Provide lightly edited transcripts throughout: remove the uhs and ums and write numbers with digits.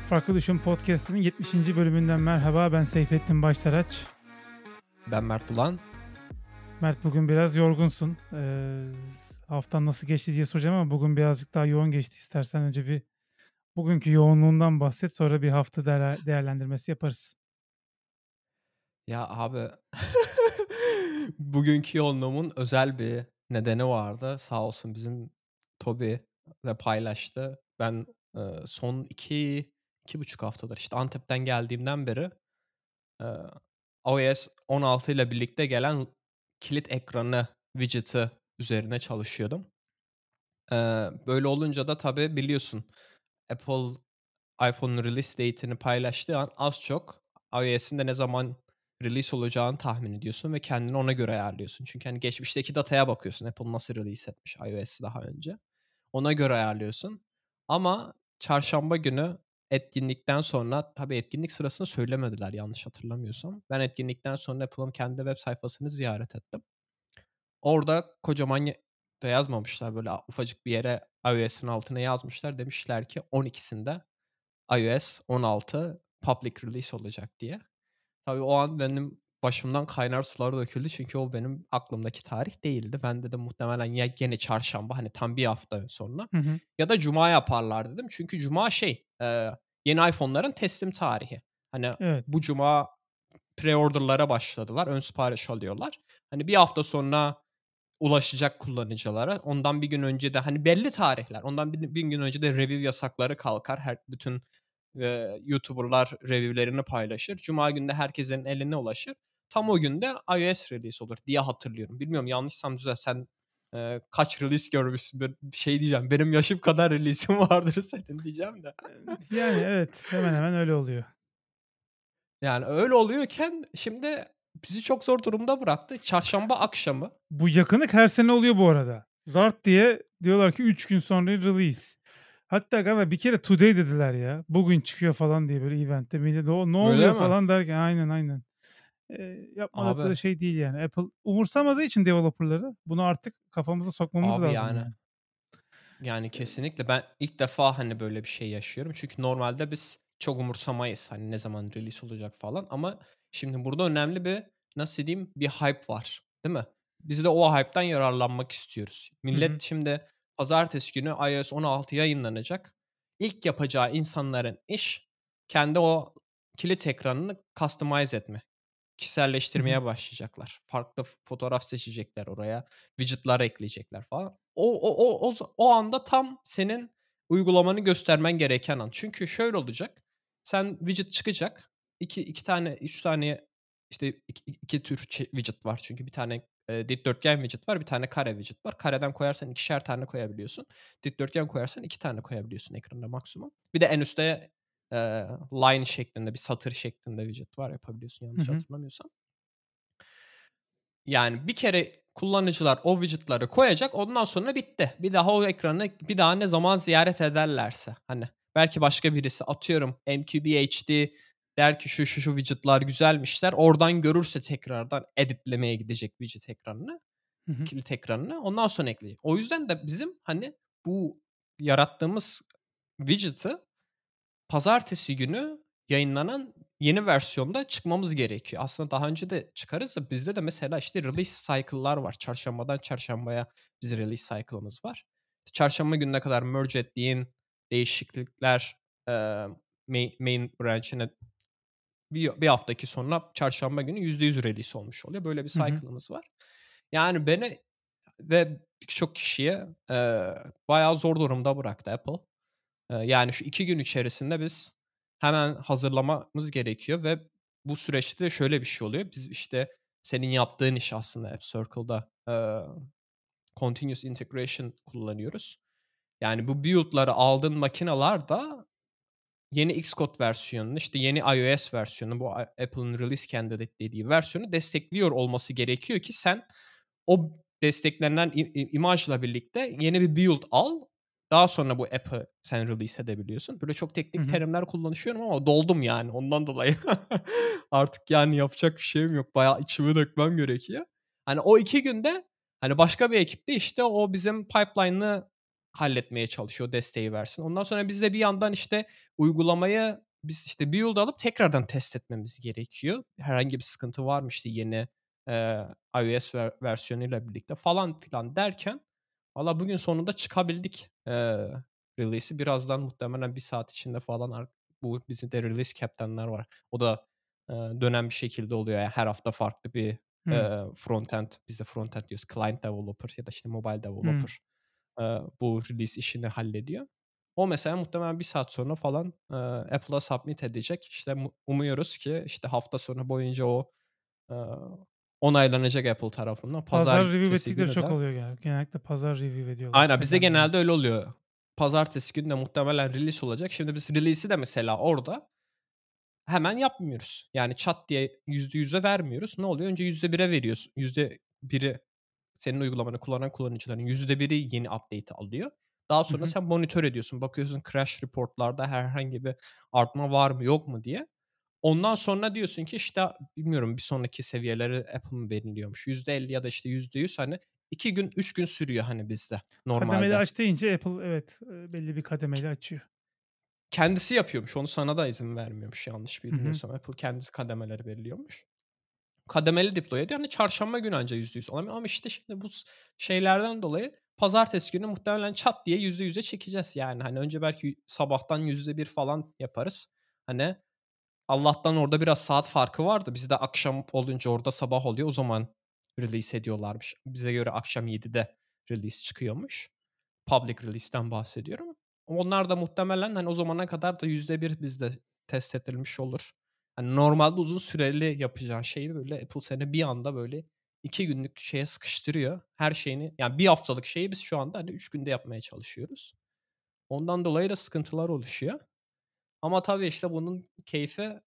Farklı Düşün Podcast'ının 70. bölümünden merhaba. Ben Seyfettin Başsaraç. Ben Mert Bulan. Mert, bugün biraz yorgunsun. Haftan nasıl geçti diye soracağım ama bugün birazcık daha yoğun geçti. İstersen önce bir bugünkü yoğunluğundan bahset. Sonra bir hafta değerlendirmesi yaparız. Ya abi bugünkü yoğunluğumun özel bir nedeni vardı. Sağ olsun bizim Toby de paylaştı. Ben son iki buçuk haftadır işte Antep'ten geldiğimden beri e, iOS 16 ile birlikte gelen kilit ekranı widget'ı üzerine çalışıyordum. Böyle olunca da tabii biliyorsun Apple iPhone'un release date'ini paylaştığı an az çok iOS'in de ne zaman release olacağını tahmin ediyorsun ve kendini ona göre ayarlıyorsun. Çünkü hani geçmişteki dataya bakıyorsun. Apple nasıl release etmiş iOS'i daha önce. Ona göre ayarlıyorsun. Ama çarşamba günü etkinlikten sonra, tabii etkinlik sırasında söylemediler yanlış hatırlamıyorsam. Ben etkinlikten sonra Apple'ın kendi web sayfasını ziyaret ettim. Orada kocaman da yazmamışlar, böyle ufacık bir yere iOS'in altına yazmışlar. Demişler ki 12'sinde iOS 16 public release olacak diye. Tabii o an benim başımdan kaynar sular döküldü çünkü o benim aklımdaki tarih değildi. Ben dedim muhtemelen ya gene çarşamba, hani tam bir hafta sonra, Hı hı. ya da cuma yaparlar dedim. Çünkü cuma yeni iPhone'ların teslim tarihi. Hani Evet. bu cuma pre-order'lara başladılar. Ön sipariş alıyorlar. Hani bir hafta sonra ulaşacak kullanıcılara. Ondan bir gün önce de hani belli tarihler. Ondan bir gün önce de review yasakları kalkar. Bütün YouTuber'lar review'lerini paylaşır. Cuma günü de herkesin eline ulaşır. Tam o günde iOS release olur diye hatırlıyorum. Bilmiyorum, yanlışsam düzelt. Sen kaç release görmüşsün? Bir şey diyeceğim. Benim yaşım kadar release'im vardır senin diyeceğim de. Yani evet, hemen hemen öyle oluyor. Yani öyle oluyorken şimdi bizi çok zor durumda bıraktı. Çarşamba akşamı. Bu yakınlık her sene oluyor bu arada. Zart diye diyorlar ki 3 gün sonra release. Hatta galiba bir kere today dediler ya. Bugün çıkıyor falan diye böyle eventte. Millet ne Öyle oluyor mi? falan derken aynen. Yapmadıkları Abi. şey değil yani. Apple umursamadığı için developerları bunu artık kafamıza sokmamız Abi lazım yani. yani. Yani Eee, kesinlikle ben ilk defa hani böyle bir şey yaşıyorum. Çünkü normalde biz çok umursamayız hani ne zaman release olacak falan, ama şimdi burada önemli bir, nasıl diyeyim, bir hype var, değil mi? Biz de o hype'tan yararlanmak istiyoruz. Hı hı. Millet şimdi pazartesi günü iOS 16 yayınlanacak. İlk yapacağı insanların iş kendi o kilit ekranını customize etme, Hı hı. kişiselleştirmeye başlayacaklar. Farklı fotoğraf seçecekler oraya, widget'lar ekleyecekler falan. O anda tam senin uygulamanı göstermen gereken an. Çünkü şöyle olacak. Sen widget çıkacak. İki tane, üç tane, işte iki tür widget var. Çünkü bir tane dikdörtgen widget var, bir tane kare widget var. Kareden koyarsan ikişer tane koyabiliyorsun. Dikdörtgen koyarsan iki tane koyabiliyorsun ekranda maksimum. Bir de en üstte line şeklinde, bir satır şeklinde widget var, yapabiliyorsun Hı yanlış hı. hatırlamıyorsam. Yani bir kere kullanıcılar o widget'ları koyacak, ondan sonra bitti. Bir daha o ekranı bir daha ne zaman ziyaret ederlerse. Hani belki başka birisi, atıyorum MQBHD, der ki şu widget'lar güzelmişler. Oradan görürse tekrardan editlemeye gidecek widget ekranını, Hı hı. kilit ekranını. Ondan sonra ekleyecek. O yüzden de bizim hani bu yarattığımız widget'ı pazartesi günü yayınlanan yeni versiyonda çıkmamız gerekiyor. Aslında daha önce de çıkarız da bizde de mesela işte release cycle'lar var. Çarşambadan çarşambaya bizim release cycle'ımız var. Çarşamba gününe kadar merge ettiğin değişiklikler main branch'ine bir haftaki sonra çarşamba günü %100 release olmuş oluyor. Böyle bir Hı hı. cycle'ımız var. Yani beni ve birçok kişiye bayağı zor durumda bıraktı Apple. Yani şu 2 gün içerisinde biz hemen hazırlamamız gerekiyor ve bu süreçte şöyle bir şey oluyor. Biz işte senin yaptığın iş aslında App Circle'da Continuous Integration kullanıyoruz. Yani bu build'ları aldığın makinelarda yeni Xcode versiyonunu, işte yeni iOS versiyonu, bu Apple'ın release candidate dediği versiyonu destekliyor olması gerekiyor ki sen o desteklenen imajla birlikte yeni bir build al. Daha sonra bu app'ı sen release edebiliyorsun. Böyle çok Hı teknik hı. terimler kullanışıyorum ama doldum yani ondan dolayı. Artık yani yapacak bir şeyim yok. Bayağı içimi dökmem gerekiyor. Hani o 2 günde hani başka bir ekipte işte o bizim pipeline'ı halletmeye çalışıyor, desteği versin. Ondan sonra biz de bir yandan, işte, uygulamayı biz, işte, build alıp tekrardan test etmemiz gerekiyor. Herhangi bir sıkıntı var mı, işte, yeni, iOS versiyonuyla birlikte falan filan derken valla bugün sonunda çıkabildik, release'i. Birazdan muhtemelen bir saat içinde falan bu bizim de release captain'ler var. O da, dönen bir şekilde oluyor. Yani her hafta farklı bir, Hımm. frontend, biz de frontend diyoruz, client developer ya da, işte, mobile Hımm. developer, bu release işini hallediyor. O mesela muhtemelen bir saat sonra falan, Apple'a submit edecek. İşte, umuyoruz ki, işte, hafta sonu boyunca o, eee, onaylanacak Apple tarafından. Pazar review Pazartesi ettikleri günü çok de oluyor genellikle pazar review ediyorlar. aynen, bizde Neden bilmiyorum. genelde öyle oluyor. Pazartesi günü de muhtemelen release olacak. Şimdi biz release'i de mesela orada hemen yapmıyoruz. Yani çat diye %100'e vermiyoruz. Ne oluyor? Önce %1'e veriyorsun. %1'i senin uygulamanı kullanan kullanıcıların %1'i yeni update'i alıyor. Daha Hı sonra hı. sen monitör ediyorsun. Bakıyorsun crash report'larda herhangi bir artma var mı yok mu diye. Ondan sonra diyorsun ki, işte, bilmiyorum bir sonraki seviyeleri Apple mı belirliyormuş. %50 ya da, işte, %100 hani 2 gün, 3 gün sürüyor hani bizde Kademeli normalde. aç deyince Apple evet, belli bir kademeli açıyor. Kendisi yapıyormuş. Onu sana da izin vermiyormuş yanlış Hı hı. bilmiyorsam. Apple kendisi kademeleri belirliyormuş. Kademeli deploy ediyor. Hani çarşamba günü anca %100 olamıyor ama, işte, şimdi bu şeylerden dolayı pazartesi günü muhtemelen çat diye %100'e çekeceğiz yani. Hani önce belki sabahtan %1 falan yaparız. Hani Allah'tan orada biraz saat farkı vardı. Bizde akşam olunca orada sabah oluyor. O zaman release ediyorlarmış. Bize göre akşam 7'de release çıkıyormuş. Public release'ten bahsediyorum. Onlar da muhtemelen, hani, o zamana kadar da %1 bizde test edilmiş olur. Hani, normalde uzun süreli yapacağın şeyi, böyle, Apple seni bir anda, böyle, 2 günlük şeye sıkıştırıyor. Her şeyini yani bir haftalık şeyi biz şu anda, hani, 3 günde yapmaya çalışıyoruz. Ondan dolayı da sıkıntılar oluşuyor. Ama tabii, işte, bunun keyfi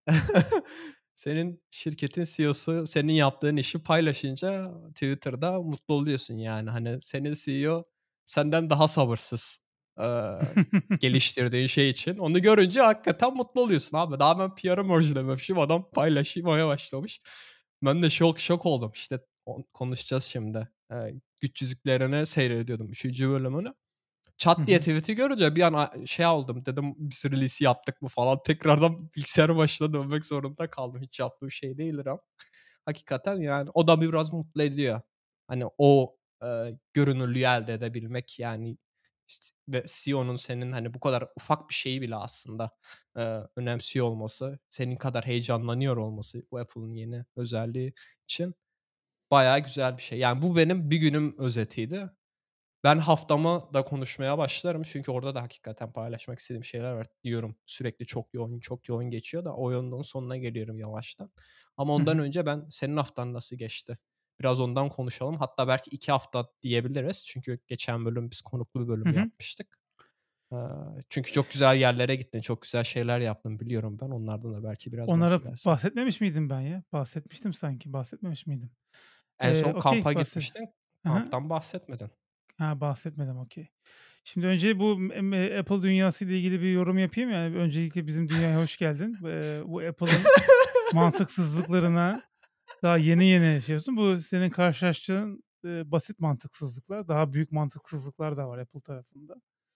senin şirketin CEO'su senin yaptığın işi paylaşınca Twitter'da mutlu oluyorsun yani. Hani, senin CEO senden daha sabırsız, eee, geliştirdiğin şey için. Onu görünce hakikaten mutlu oluyorsun abi. Daha ben PR'ımı orijinlememişim, adam paylaşmaya başlamış. Ben de şok oldum. İşte, konuşacağız şimdi. Güç Yüzüklerini seyrediyordum 3. bölümünü. Hı Çat diye hı. tweet'i görünce bir an şey oldum, dedim biz release'i yaptık mı falan. Tekrardan bilgisayar başına dönmek zorunda kaldım. Hiç yaptığım şey değildir ama hakikaten yani o da biraz mutlu ediyor. Hani o, görünürlüğü elde edebilmek yani ve CEO'nun senin, hani, bu kadar ufak bir şeyi bile aslında, önemsiyor olması, senin kadar heyecanlanıyor olması bu Apple'ın yeni özelliği için bayağı güzel bir şey. Yani bu benim bir günüm özetiydi. Ben haftamı da konuşmaya başlarım çünkü orada da hakikaten paylaşmak istediğim şeyler var. Diyorum sürekli çok yoğun, çok yoğun geçiyor da o yoğunluğun sonuna geliyorum yavaştan. Ama Hı ondan hı. önce senin haftan nasıl geçti? Biraz ondan konuşalım. Hatta belki 2 hafta diyebiliriz. Çünkü geçen bölüm biz konuklu bir Hı bölüm hı. yapmıştık. Eee, çünkü çok güzel yerlere gittin, çok güzel şeyler yaptın biliyorum ben. Onlardan da belki biraz Onlara bahsedersin. bahsetmemiş miydim ben ya? Bahsetmiştim sanki. Bahsetmemiş miydim? En son Okay, kampa gitmiştin. Hı hı. Kamptan bahsetmedin. Ha, bahsetmedim, okay. Şimdi önce bu Apple dünyasıyla ilgili bir yorum yapayım. Yani öncelikle bizim dünyaya hoş geldin. Bu Apple'ın mantıksızlıklarına daha yeni yeni yaşıyorsun. Bu senin karşılaştığın, basit mantıksızlıklar. Daha büyük mantıksızlıklar da var Apple tarafında.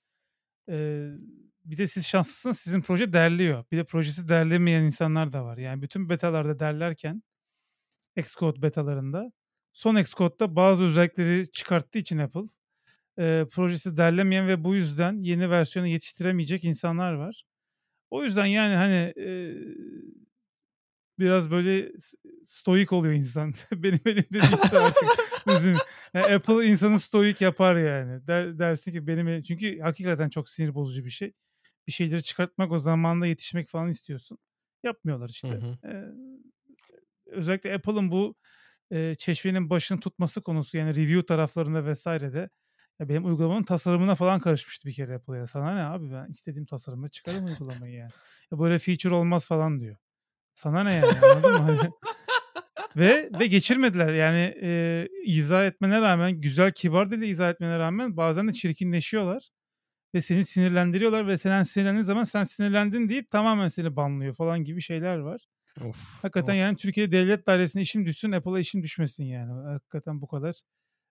Eee, Bir de siz şanslısınız, sizin proje derliyor. Bir de projesi derlemeyen insanlar da var. Yani bütün betalarda derlerken Xcode betalarında son Xcode'da bazı özellikleri çıkarttığı için Apple, projesi derlemeyen ve bu yüzden yeni versiyonu yetiştiremeyecek insanlar var. O yüzden yani, hani, biraz böyle stoik oluyor insan. Benim elimde değilse artık üzüm Apple insanı stoik yapar yani. Dersin ki benim çünkü hakikaten çok sinir bozucu bir şey. Bir şeyleri çıkartmak, o zamanda yetişmek falan istiyorsun. Yapmıyorlar Hı işte. hı. Özellikle Apple'ın bu, çeşmenin başını tutması konusu, yani review taraflarında vs.de ya benim uygulamamın tasarımına falan karışmıştı bir kere Apple ya. "Sana ne abi, ben istediğim tasarımla çıkarım uygulamayı yani. Ya böyle feature olmaz." falan diyor. Sana ne yani, anladın mı? Hani ve geçirmediler yani, izah etmene rağmen, güzel kibar dille izah etmene rağmen bazen de çirkinleşiyorlar ve seni sinirlendiriyorlar ve sen sinirlendiğin zaman "Sen sinirlendin." deyip tamamen seni banlıyor falan gibi şeyler var. Of, Hakikaten yani of. Türkiye Devlet Dairesi'ne işim düşsün, Apple'a işim düşmesin yani. Hakikaten bu kadar,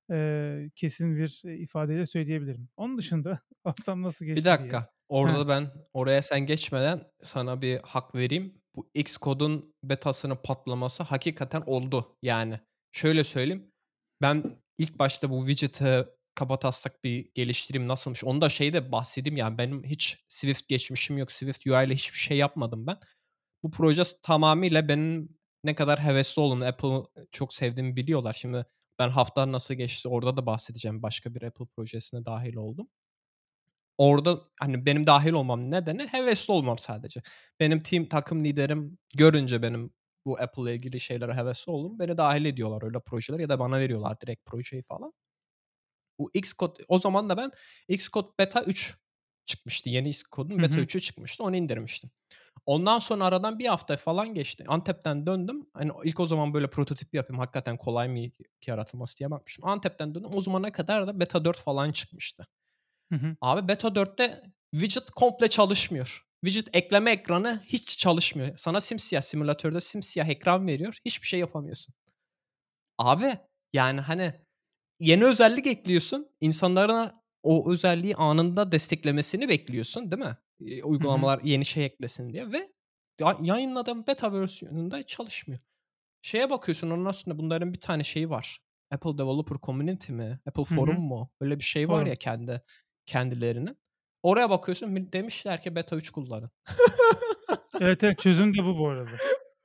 kesin bir, ifadeyle söyleyebilirim. Onun dışında haftam nasıl Bir geçti diye. dakika. Heh. Orada ben oraya sen geçmeden sana bir hak vereyim. Bu Xcode'un betasının patlaması hakikaten oldu. Yani şöyle söyleyeyim. Ben ilk başta bu widget'ı kabataslak bir geliştireyim nasılmış onu da şeyde bahsedeyim yani benim hiç Swift geçmişim yok. Swift UI ile hiçbir şey yapmadım ben. Bu proje tamamıyla benim ne kadar hevesli olduğumu, Apple'ı çok sevdiğimi biliyorlar. Şimdi ben hafta nasıl geçti orada da bahsedeceğim. Başka bir Apple projesine dahil oldum. Orada, hani, benim dâhil olmamın nedeni hevesli olmam sadece. Benim takım liderim görünce benim bu Apple'la ilgili şeylere hevesli olduğumu beni dâhil ediyorlar öyle projelere ya da bana veriyorlar direkt projeyi falan. Bu Xcode o zaman da ben Xcode beta 3 çıkmıştı. Yeni Xcode'un Hı beta hı. 3'ü çıkmıştı. Onu indirmiştim. Ondan sonra aradan bir hafta falan geçti. Antep'ten döndüm. Hani, ilk o zaman böyle prototip yapayım, hakikaten kolay mı ki yaratılması diye bakmıştım. Antep'ten döndüm. O zamana kadar da beta 4 falan çıkmıştı. Hı hı. Abi beta 4'te widget komple çalışmıyor. Widget ekleme ekranı hiç çalışmıyor. Sana simsiyah, simülatörde simsiyah ekran veriyor. Hiçbir şey yapamıyorsun. Abi, yani, hani, yeni özellik ekliyorsun. İnsanlara o özelliği anında desteklemesini bekliyorsun, değil mi? Hı hı. Uygulamalar yeni şey eklesin diye ve yayınladığın beta versiyonunda çalışmıyor. Şeye bakıyorsun, ondan sonra bunların bir tane şeyi var. Apple Developer Community mi? Apple Hı Forum hı. mu? Öyle bir şey var ya Forum. kendilerinin. Oraya bakıyorsun demişler ki beta 3 kullanın. Evet, evet, çözüm de bu arada.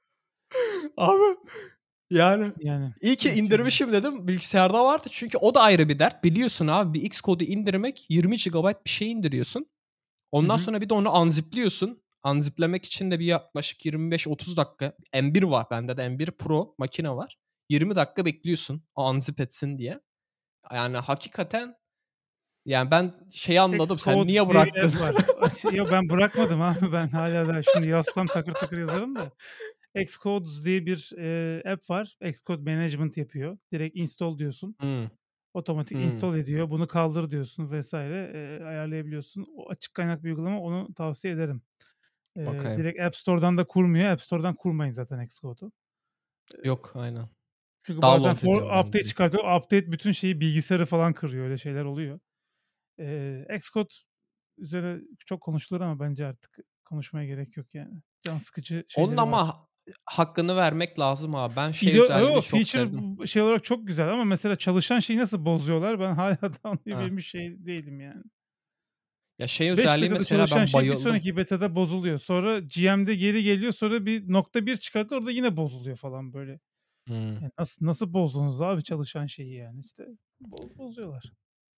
Abi, yani Yani, iyi ki çözüm. indirmişim dedim. Bilgisayarda vardı çünkü o da ayrı bir dert. Biliyorsun abi bir Xcode'u indirmek 20 gigabayt bir şey indiriyorsun. Hı Ondan hı. sonra bir de onu unzipliyorsun. Unziplemek için de bir yaklaşık 25-30 dakika. M1 var bende de M1 Pro makine var. 20 dakika bekliyorsun o unzip etsin diye. Yani hakikaten yani ben şeyi anladım. Sen Xcode niye diye bir bıraktın? app var. Yo, ben bırakmadım abi. Ben hâlâ daha şimdi yazsam takır takır yazarım da. Xcodes diye bir, app var. Xcode management yapıyor. Direkt install diyorsun. Hımm. Otomatik Hımm. install ediyor. Bunu kaldır diyorsun vs. Ayarlayabiliyorsun. O açık kaynak bir uygulama. Onu tavsiye ederim. Okay. Direkt App Store'dan da kurmuyor. App Store'dan kurmayın zaten Xcode'u. Yok, aynen. Çünkü bazen Download ediyorum ben update direkt. çıkartıyor. Update bütün şeyi bilgisayarı falan kırıyor. Öyle şeyler oluyor. Xcode üzerine çok konuşulur ama bence artık konuşmaya gerek yok yani. Can sıkıcı Onun şeyleri ama var. hakkını vermek lazım abi. Ben şey özelliğini çok Feature sevdim. şey olarak çok güzel ama mesela çalışan şeyi nasıl bozuyorlar? Ben hâlâ da Heh. anlayabilmiş şey değilim yani. Ya şey 5 özelliği beta'da mesela çalışan ben şey bir bayıldım. sonraki beta'da bozuluyor. Sonra GM'de geri geliyor. Sonra bir nokta bir çıkartıyor. Orada yine bozuluyor falan böyle. Hımm. Yani nasıl bozdunuz abi çalışan şeyi yani işte bozuyorlar.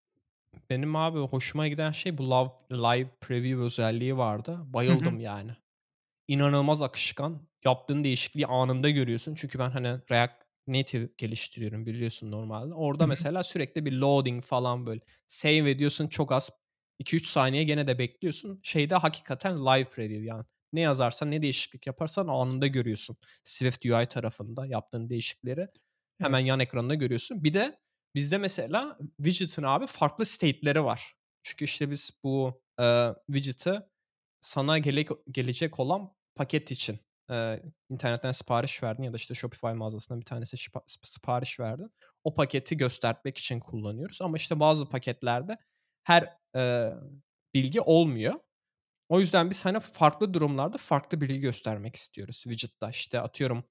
Benim abi hoşuma giden şey bu live preview özelliği vardı. Hı hı. Bayıldım yani. İnanılmaz akışkan. Yaptığın değişikliği anında görüyorsun. Çünkü ben hani React Native geliştiriyorum biliyorsun normalde. Hı Orada hı. mesela sürekli bir loading falan böyle. Save ediyorsun çok az. 2-3 saniye gene de bekliyorsun. Şeyde hakikaten live preview yani. Ne yazarsan ne değişiklik yaparsan anında görüyorsun. Swift UI tarafında yaptığın değişiklikleri hemen Evet. yan ekranda görüyorsun. Bir de bizde mesela widget'ın abi farklı state'leri var. Çünkü işte biz bu widget'ı sana gelecek olan paket için, internetten sipariş verdin ya da, işte, Shopify mağazasından bir tanesi sipariş verdin. O paketi göstermek için kullanıyoruz ama, işte, bazı paketlerde her, eee, bilgi olmuyor. O yüzden biz, hani, farklı durumlarda farklı bilgi göstermek istiyoruz widget'ta. İşte, atıyorum,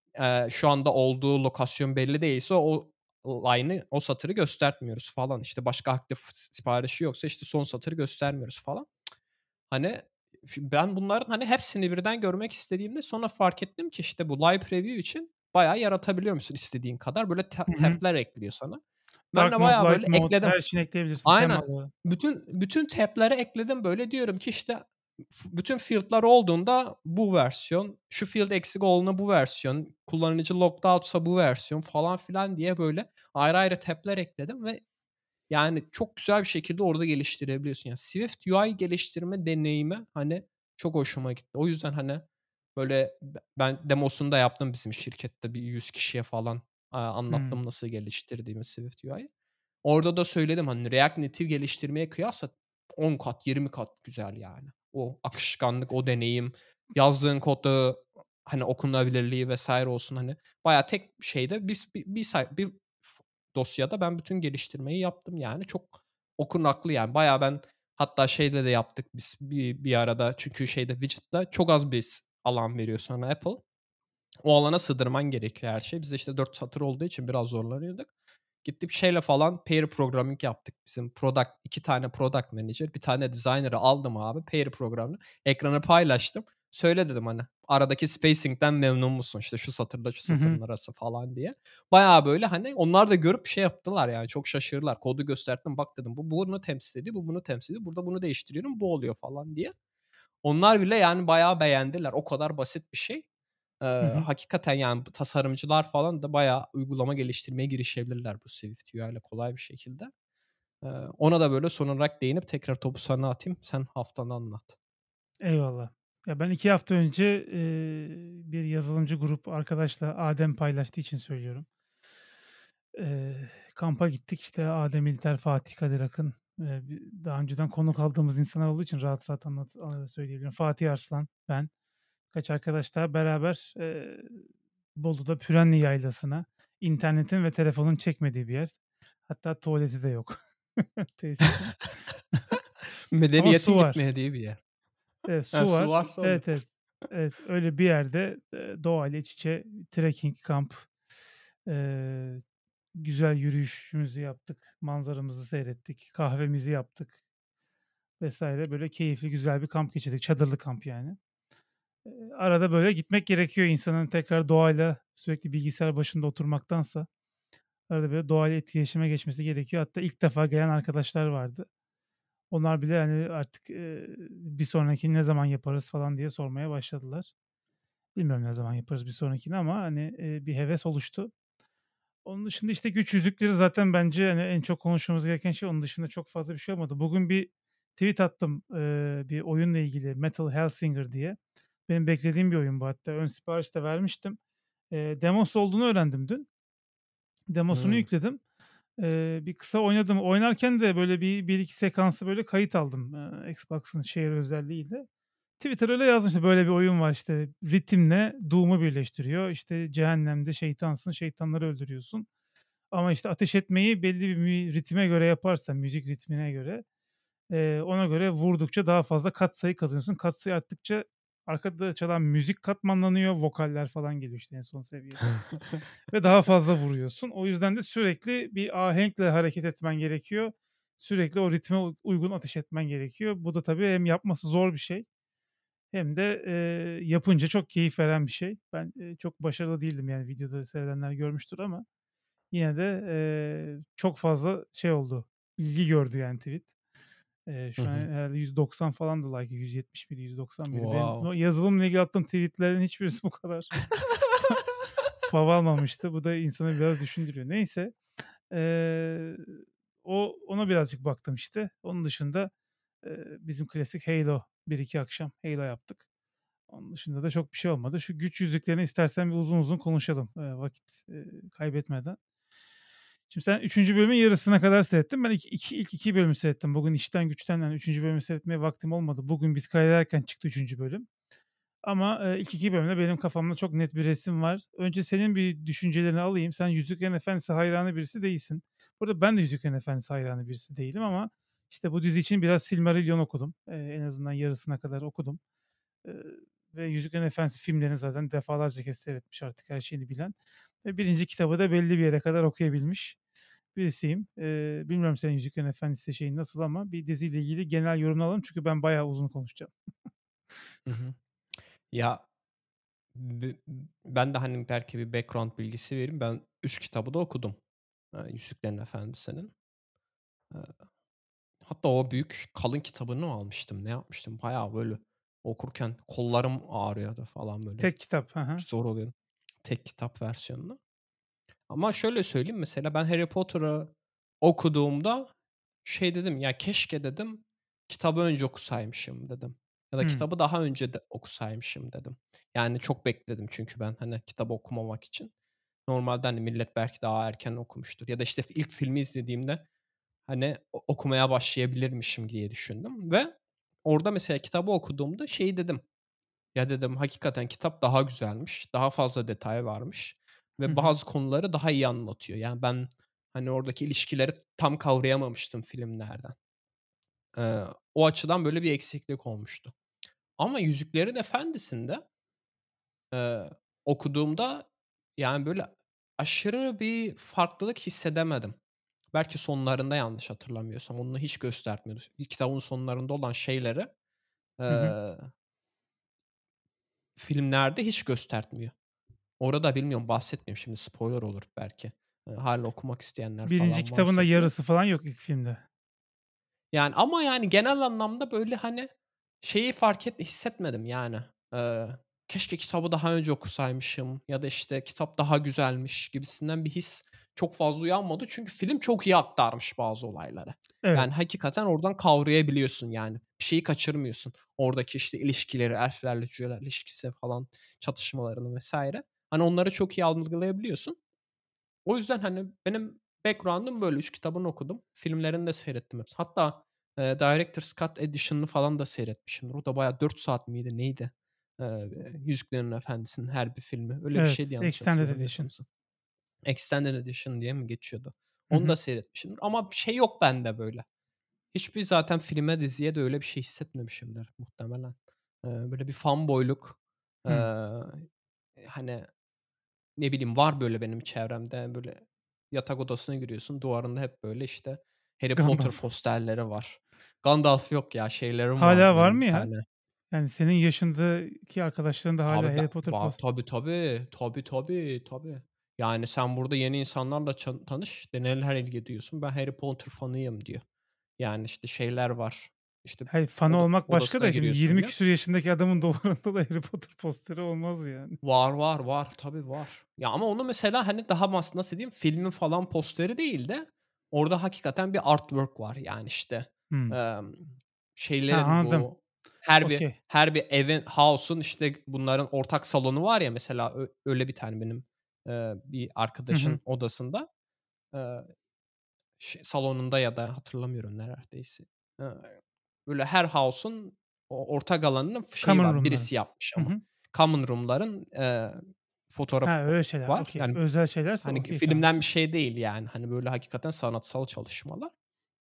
şu anda olduğu lokasyon belli değilse o line'ı, o satırı göstermiyoruz falan. İşte, başka aktif siparişi yoksa, işte, son satırı göstermiyoruz falan. Hani, ben bunların, hani, hepsini birden görmek istediğimde sonra fark ettim ki, işte, bu live preview için bayağı yaratabiliyormuşsun istediğin kadar. Böyle Hı hı. tab'ler ekliyor sana. Ben Dark de mode, bayağı light böyle mode ekledim. her şeyini ekleyebilirsin Aynen. temalı. Bütün tab'lere ekledim. Böyle diyorum ki, işte, bütün field'lar olduğunda bu versiyon, şu field eksik olduğunda bu versiyon, kullanıcı logged out'sa bu versiyon falan filan diye böyle ayrı ayrı tab'ler ekledim ve yani, çok güzel bir şekilde orada geliştirebiliyorsun. Yani, Swift UI geliştirme deneyimi, hani, çok hoşuma gitti. O yüzden, hani, böyle, ben demosunu da yaptım bizim şirkette bir 100 kişiye falan, Hımm. anlattım nasıl geliştirdiğimi Swift UI'yi. Orada da söyledim, hani, React Native geliştirmeye kıyasla 10 kat, 20 kat güzel yani. O akışkanlık, o deneyim, yazdığın kodda, hani, okunabilirliği vs. olsun, hani, bayağı tek şeyde bir dosyada ben bütün geliştirmeyi yaptım yani. Çok okunaklı yani. Bayağı ben hatta şeyde de yaptık biz bir arada çünkü şeyde widget'ta çok az bir alan veriyor sana Apple. O alana sığdırman gerekiyor her şeyi. Biz de işte 4 satır olduğu için biraz zorlanıyorduk. Gittik şeyle falan pair programming yaptık. Bizim 2 tane product manager, bir tane designer'ı aldım abi. Pair programını. Ekranı paylaştım. Söyle dedim hani aradaki spacing'den memnun musun? İşte şu satırla şu Hı hı. satırın arası falan diye. Bayağı böyle hani onlar da görüp şey yaptılar yani çok şaşırdılar. Kodu gösterdim bak dedim bu bunu temsil ediyor, bu bunu temsil ediyor. Burada bunu değiştiriyorum bu oluyor falan diye. Onlar bile yani bayağı beğendiler. O kadar basit bir şey. Hı hı. Hakikaten yani tasarımcılar falan da bayağı uygulama geliştirmeye girişebilirler bu Swift UI ile kolay bir şekilde. Ona da böyle son olarak değinip tekrar topu sana atayım. Sen haftanı anlat. Eyvallah. Ya ben 2 hafta önce, bir yazılımcı grup arkadaşla Adem paylaştığı için söylüyorum. Kampa gittik. İşte Adem İlter, Fatih Kadir Akın, daha önceden konuk aldığımız insanlar olduğu için rahat rahat söyleyebiliyorum. Fatih Arslan, ben, birkaç arkadaş daha beraber, Bolu'da Pürenli Yaylası'na, internetin ve telefonun çekmediği bir yer. Hatta tuvaleti de yok tesisin. Ama su Medeniyetin var. gitmediği bir yer. Evet, Ha, su su var. varsa olur. Evet, evet. Evet, öyle bir yerde, doğayla iç içe trekking, kamp, eee, güzel yürüyüşümüzü yaptık, manzaramızı seyrettik, kahvemizi yaptık vesaire. Böyle keyifli, güzel bir kamp geçirdik. Çadırlı kamp yani. Arada böyle gitmek gerekiyor insanın tekrar doğayla sürekli bilgisayar başında oturmaktansa. Arada böyle doğayla etkileşime geçmesi gerekiyor. Hatta ilk defa gelen arkadaşlar vardı. Onlar bile hani artık, bir sonrakini ne zaman yaparız falan diye sormaya başladılar. Bilmiyorum ne zaman yaparız bir sonrakini ama hani, bir heves oluştu. Onun dışında, işte, güç yüzükleri zaten bence, hani, en çok konuşmamız gereken şey. Onun dışında çok fazla bir şey olmadı. Bugün bir tweet attım, bir oyunla ilgili Metal Hellsinger diye. Benim beklediğim bir oyun bu hatta. Ön sipariş de vermiştim. Demosu olduğunu öğrendim dün. Demosunu Hımm. yükledim. Bir kısa oynadım. Oynarken de böyle bir iki sekansı böyle kayıt aldım, Xbox'ın Share özelliğiyle. Twitter'a öyle yazdım işte, böyle bir oyun var işte, ritimle Doom'u birleştiriyor. İşte cehennemde şeytansın, şeytanları öldürüyorsun. Ama işte ateş etmeyi belli bir ritme göre yaparsan, müzik ritmine göre, ona göre vurdukça daha fazla katsayı kazanıyorsun. Katsayı arttıkça arkada çalan müzik katmanlanıyor, vokaller falan geliyor işte en son seviyede ve daha fazla vuruyorsun. O yüzden de sürekli bir ahenkle hareket etmen gerekiyor. Sürekli o ritme uygun ateş etmen gerekiyor. Bu da tabii hem yapması zor bir şey hem de, yapınca çok keyif veren bir şey. Ben, çok başarılı değildim yani videoda seyredenler görmüştür ama yine de, çok fazla şey oldu, ilgi gördü yani tweet. Hı Şu an hı. herhâlde 190 falandı like'ı, 170 miydi, 190 mıydı? Benim Wow. o yazılımla ilgili attığım tweet'lerin hiçbirisi bu kadar fav almamıştı. Bu da insanı biraz düşündürüyor. Neyse, eee, ona birazcık baktım işte. Onun dışında, bizim klasik Halo, bir iki akşam Halo yaptık. Onun dışında da çok bir şey olmadı. Şu güç yüzüklerini istersen bir uzun uzun konuşalım, vakit, kaybetmeden. Şimdi sen üçüncü bölümün yarısına kadar seyrettin. Ben ilk 2 bölümü seyrettim. Bugün işten güçten, yani, 3. bölümü seyretmeye vaktim olmadı. Bugün biz kaydederken çıktı üçüncü bölüm. Ama, ilk 2 bölümde benim kafamda çok net bir resim var. Önce senin bir düşüncelerini alayım. Sen Yüzüklerin Efendisi hayranı birisi değilsin. Bu arada ben de Yüzüklerin Efendisi hayranı birisi değilim ama, işte, bu dizi için biraz Silmarillion okudum. En azından yarısına kadar okudum. Eee, ve Yüzüklerin Efendisi filmlerini zaten defalarca kez seyretmiş artık her şeyini bilen ve 1. kitabı da belli bir yere kadar okuyabilmiş birisiyim. Bilmiyorum senin Yüzüklerin Efendisi şeyin nasıl ama bir diziyle ilgili genel yorumunu alalım çünkü ben bayağı uzun konuşacağım. Hı hı. Ya, b ben de, hani, belki bir background bilgisi vereyim. Ben 3 kitabı da okudum, Yüzüklerin Efendisi'nin. Eee, hatta o büyük kalın kitabını mı almıştım, ne yapmıştım? Bayağı böyle okurken kollarım ağrıyordu falan böyle. Tek kitap. Hı hı. Zor oluyor. Tek kitap versiyonunu. Ama şöyle söyleyeyim, mesela ben Harry Potter'ı okuduğumda şey dedim, "Ya, keşke" dedim, "kitabı önce okusaymışım." dedim. Ya da Hımm. kitabı daha önce de okusaymışım dedim. Yani çok bekledim çünkü ben, hani, kitabı okumamak için. Normalde, hani, millet belki daha erken okumuştur ya da, işte, ilk filmi izlediğimde, hani, okumaya başlayabilirmişim diye düşündüm ve orada mesela kitabı okuduğumda şey dedim, "Ya" dedim, "hakikaten kitap daha güzelmiş, daha fazla detay varmış Hı ve hı. bazı konuları daha iyi anlatıyor." Yani ben Hani oradaki ilişkileri tam kavrayamamıştım filmlerden. Eee, O açıdan böyle bir eksiklik olmuştu. Ama Yüzüklerin Efendisi'nde, eee, okuduğumda, yani, böyle aşırı bir farklılık hissedemedim. Belki sonlarında yanlış hatırlamıyorsam onu hiç göstermiyordu. Kitabın sonlarında olan şeyleri, Hı hı. eee, filmlerde hiç göstermiyor. Orada bilmiyorum, bahsetmeyeyim şimdi, spoiler olur belki. Hâlâ okumak isteyenler 1. falan kitabın da varsa diye. yarısı falan yok ilk filmde. Yani ama yani genel anlamda böyle, hani, şeyi hissetmedim yani. Eee, Keşke kitabı daha önce okusaymışım ya da, işte, kitap daha güzelmiş gibisinden bir his çok fazla uyanmadı. Çünkü film çok iyi aktarmış bazı olayları. Evet. Yani hakikaten oradan kavrayabiliyorsun yani. Bir şeyi kaçırmıyorsun. Oradaki, işte, ilişkileri, elflerle cüceler ilişkisi falan, çatışmalarını vs. Hani onları çok iyi algılayabiliyorsun. O yüzden, hani, benim background'um böyle. 3 kitabını okudum. Filmlerini de seyrettim hepsini. Hatta, Director's Cut Edition'ını falan da seyretmişimdir. O da bayağı 4 saat miydi neydi? Yüzüklerin Efendisi'nin her bir filmi. Öyle bir Evet. şeydi yanlış Extended Edition. hatırlamıyorsam. Extended Edition diye mi geçiyordu? Hı Onu hı. da seyretmişimdir ama bir şey yok bende böyle. Hiçbir zaten filme, diziye de öyle bir şey hissetmemişimdir muhtemelen. Böyle bir fanboyluk, Hımm. eee, hani, ne bileyim, var böyle benim çevremde. Böyle yatak odasına giriyorsun, duvarında hep böyle, işte, Harry Potter Gandalf. posterleri var. Gandalf yok ya, şeylerim vardı Hâlâ var benim bir mı ya? tane. Yani senin yaşındaki arkadaşların da hâlâ Abi Harry Potter tabii, tabii. Tabii, tabii, tabii. Yani sen burada yeni insanlarla tanış, de neler elde ediyorsun. "Ben Harry Potter fanıyım." diyor. Yani, işte, şeyler var. İşte, Hayır, fanı olmak başka odasına da şimdi giriyorsun 20 diyor. küsur yaşındaki adamın duvarında da Harry Potter posteri olmaz yani. Var, var, var. Tabii var. Ya, ama onu mesela, hani, daha nasıl diyeyim, filmin falan posteri değil de orada hakikaten bir artwork var. Yani, işte, Hımm. emm, Ha, şeylerin anladım. bu her bir Okay. her bir evin, house'un, işte, bunların ortak salonu var ya mesela öyle bir tane benim, bir Hı hı. arkadaşın odasında, eee, salonunda ya da hatırlamıyorum neredeyse. Eee, Böyle her house'un ortak alanının şeyi Common var. room'ların. Birisi yapmış Hı ama. hı. Common room'ların, Ha, fotoğrafı öyle şeyler. var. Okay. Yani, Özel şeylerse hani, okay, tamam. filmden bir şey değil yani. Hani, böyle hakikaten sanatsal çalışmalar.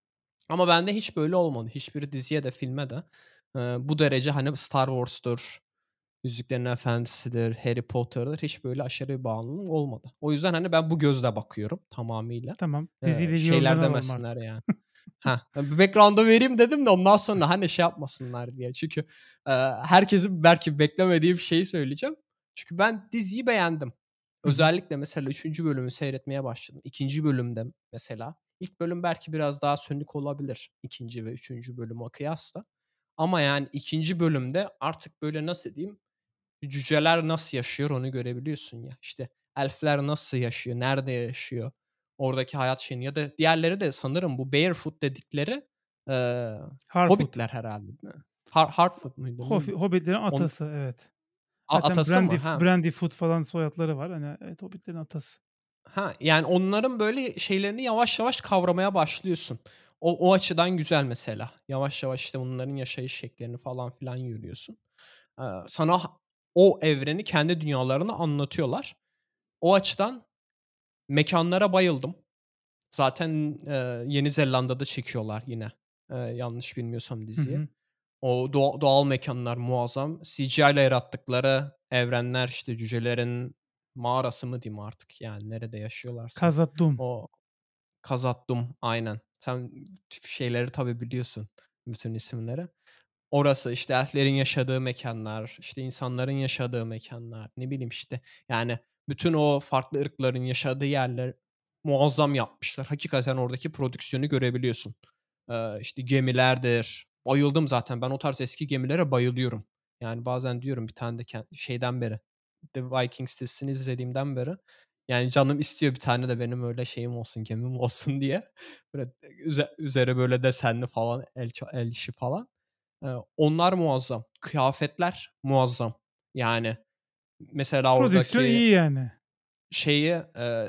Ama bende hiç böyle olmadı. Hiçbir diziye de filme de, bu derece, hani, Star Wars'tur, Yüzüklerin Efendisi'dir, Harry Potter'dır, hiç böyle aşırı bir bağımlılığım olmadı. O yüzden, hani, ben bu gözle bakıyorum tamamıyla. Tamam. Diziyle ilgili Şeyler yorumlarını alalım demesinler artık. yani. Hah, bir background'u vereyim dedim de ondan sonra, hani, şey yapmasınlar diye. Çünkü, herkesin belki beklemediği bir şeyi söyleyeceğim. Çünkü ben diziyi beğendim. Hı hı. Özellikle mesela 3. bölümü seyretmeye başladım. 2. bölümde mesela ilk bölüm belki biraz daha sönük olabilir 2. ve 3. bölüme kıyasla. Ama yani 2. bölümde artık böyle nasıl diyeyim, cüceler nasıl yaşıyor onu görebiliyorsun ya. İşte elfler nasıl yaşıyor, nerede yaşıyor, oradaki hayat şeyini ya da diğerleri de sanırım bu Barefoot dedikleri, eee, Harfoot. Hobbitler herhâlde değil mi? Harfoot muydu neydi? Hobbit'lerin On atası, evet. Zaten atası mı? Ha. Brandyfoot falan soyadları var. Hani, evet, Hobbit'lerin atası. Ha, yani onların böyle şeylerini yavaş yavaş kavramaya başlıyorsun. O açıdan güzel mesela. Yavaş yavaş, işte, bunların yaşayış şekillerini falan filan görüyorsun. Sana o evreni, kendi dünyalarını anlatıyorlar. O açıdan mekânlara bayıldım. Zaten, Yeni Zelanda'da çekiyorlar yine, yanlış bilmiyorsam Hı diziyi. hı. O doğal mekânlar muazzam. CGI'yle yarattıkları evrenler, işte, cücelerin mağarası mı diyeyim artık, yani, nerede yaşıyorlarsa. Khazad-dûm. O Khazad-dûm, aynen. Sen şeyleri tabii biliyorsun, bütün isimleri. Orası, işte, elflerin yaşadığı mekânlar, işte, insanların yaşadığı mekânlar, ne bileyim, işte, yani, bütün o farklı ırkların yaşadığı yerler muazzam yapmışlar. Hakikaten oradaki prodüksiyonu görebiliyorsun. İşte, gemilerdir. Bayıldım zaten. Ben o tarz eski gemilere bayılıyorum. Yani, bazen diyorum bir tane de şeyden beri, The Vikings dizisini izlediğimden beri, yani, canım istiyor bir tane de benim öyle şeyim olsun, gemim olsun diye. Böyle üzeri böyle desenli falan, el işi falan. Onlar muazzam. Kıyafetler muazzam. Yani, mesela Prodüksiyon oradaki iyi yani. şeyi,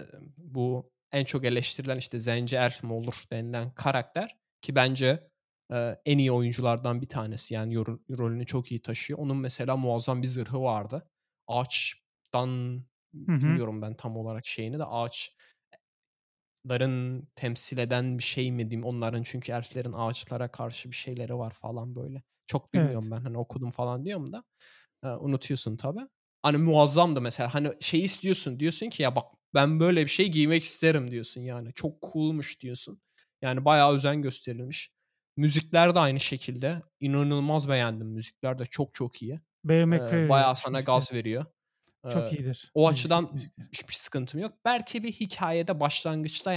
bu en çok eleştirilen, işte, zenci elf mi olur denilen karakter ki bence, en iyi oyunculardan bir tanesi. Yani rolünü çok iyi taşıyor. Onun mesela muazzam bir zırhı vardı. Ağaçtan, Hı hı. bilmiyorum ben tam olarak şeyini de, ağaç temsil eden bir şey mi diyeyim? Onların çünkü elflerin ağaçlara karşı bir şeyleri var falan böyle. Çok bilmiyorum Evet. ben, hani, okudum falan diyorum da, unutuyorsun tabii. Hani, muazzamdı mesela. Hani, şey istiyorsun, diyorsun ki "Ya, bak ben böyle bir şey giymek isterim." diyorsun yani. "Çok cool'muş." diyorsun. Yani bayağı özen gösterilmiş. Müzikler de aynı şekilde. İnanılmaz beğendim. Müzikler de çok çok iyi. Bear McCreary Bayağı yapmış sana müzikleri. gaz veriyor. Çok Eee, iyidir O dizisi açıdan müzikleri. hiçbir sıkıntım yok. Belki bir hikâyede başlangıçta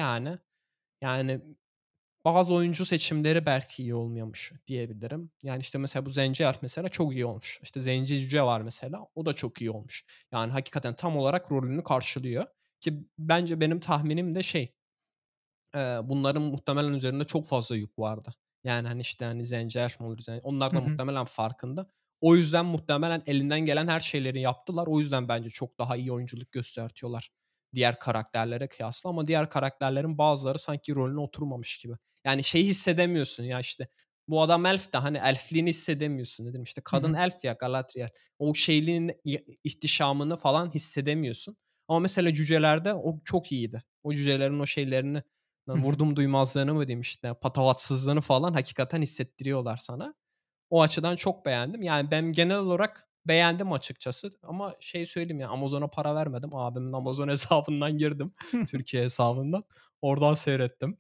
yani bazı oyuncu seçimleri belki iyi olmuyormuş diyebilirim. Yani, işte, mesela bu Zenci Alp mesela çok iyi olmuş. İşte, Zenci Cüce var mesela, o da çok iyi olmuş. Yani, hakikaten tam olarak rolünü karşılıyor ki bence benim tahminim de şey, bunların muhtemelen üzerinde çok fazla yük vardı. Yani, hani, işte, hani, Zenci Erş mi olur, onlar Hı da hı. muhtemelen farkında. O yüzden muhtemelen elinden gelen her şeyleri yaptılar. O yüzden bence çok daha iyi oyunculuk göstertiyorlar diğer karakterlere kıyasla ama diğer karakterlerin bazıları sanki rolüne oturmamış gibi. Yani, şeyi hissedemiyorsun ya, işte, bu adam elf de, hani, elfliğini hissedemiyorsun. Ne bileyim, işte, Hı kadın hı. elf ya, Galadriel. O şeyliğin ihtişamını falan hissedemiyorsun. Ama mesela cücelerde o çok iyiydi. O cücelerin o şeylerini Hı hı. vurdum duymazlığını mı diyeyim, işte, patavatsızlığını falan hakikaten hissettiriyorlar sana. O açıdan çok beğendim. Yani ben genel olarak beğendim açıkçası ama şey söyleyeyim ya, Amazon'a para vermedim. Abimin Amazon hesabından girdim, Türkiye hesabından. Oradan seyrettim.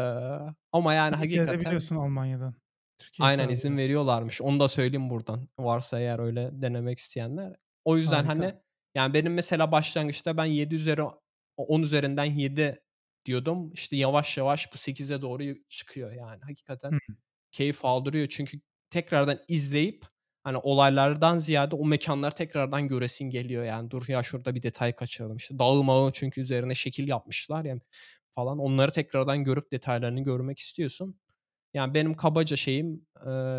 Ama yani İyi hakikaten seyredebiliyorsun Almanya'dan. Türkiye aynen izin hesabıyla. veriyorlarmış. Onu da söyleyeyim buradan. Varsa eğer öyle denemek isteyenler. O yüzden, Harika. hani, yani, benim mesela başlangıçta ben 7 üzeri 10 üzerinden 7 diyordum. İşte, yavaş yavaş bu 8'e doğru çıkıyor yani. Hakikaten Hı. keyif aldırıyor çünkü tekrardan izleyip, hani, olaylardan ziyade o mekânları tekrardan göresin geliyor yani. Dur ya şurada bir detay kaçırdım. İşte, dağı mağı çünkü üzerine şekil yapmışlar ya falan. Onları tekrardan görüp detaylarını görmek istiyorsun. Yani, benim kabaca şeyim,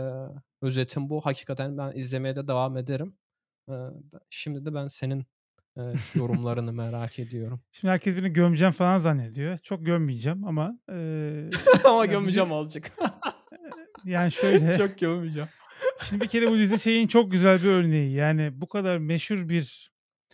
özetim bu. Hakikaten ben izlemeye de devam ederim. Şimdi de ben senin, yorumlarını merak ediyorum. Şimdi herkes beni gömeceğim falan zannediyor. Çok gömmeyeceğim ama, Ama ya gömeceğim azıcık. yani şöyle, Çok gömeceğim. şimdi bir kere bu dizi şeyin çok güzel bir örneği. Yani bu kadar meşhur bir,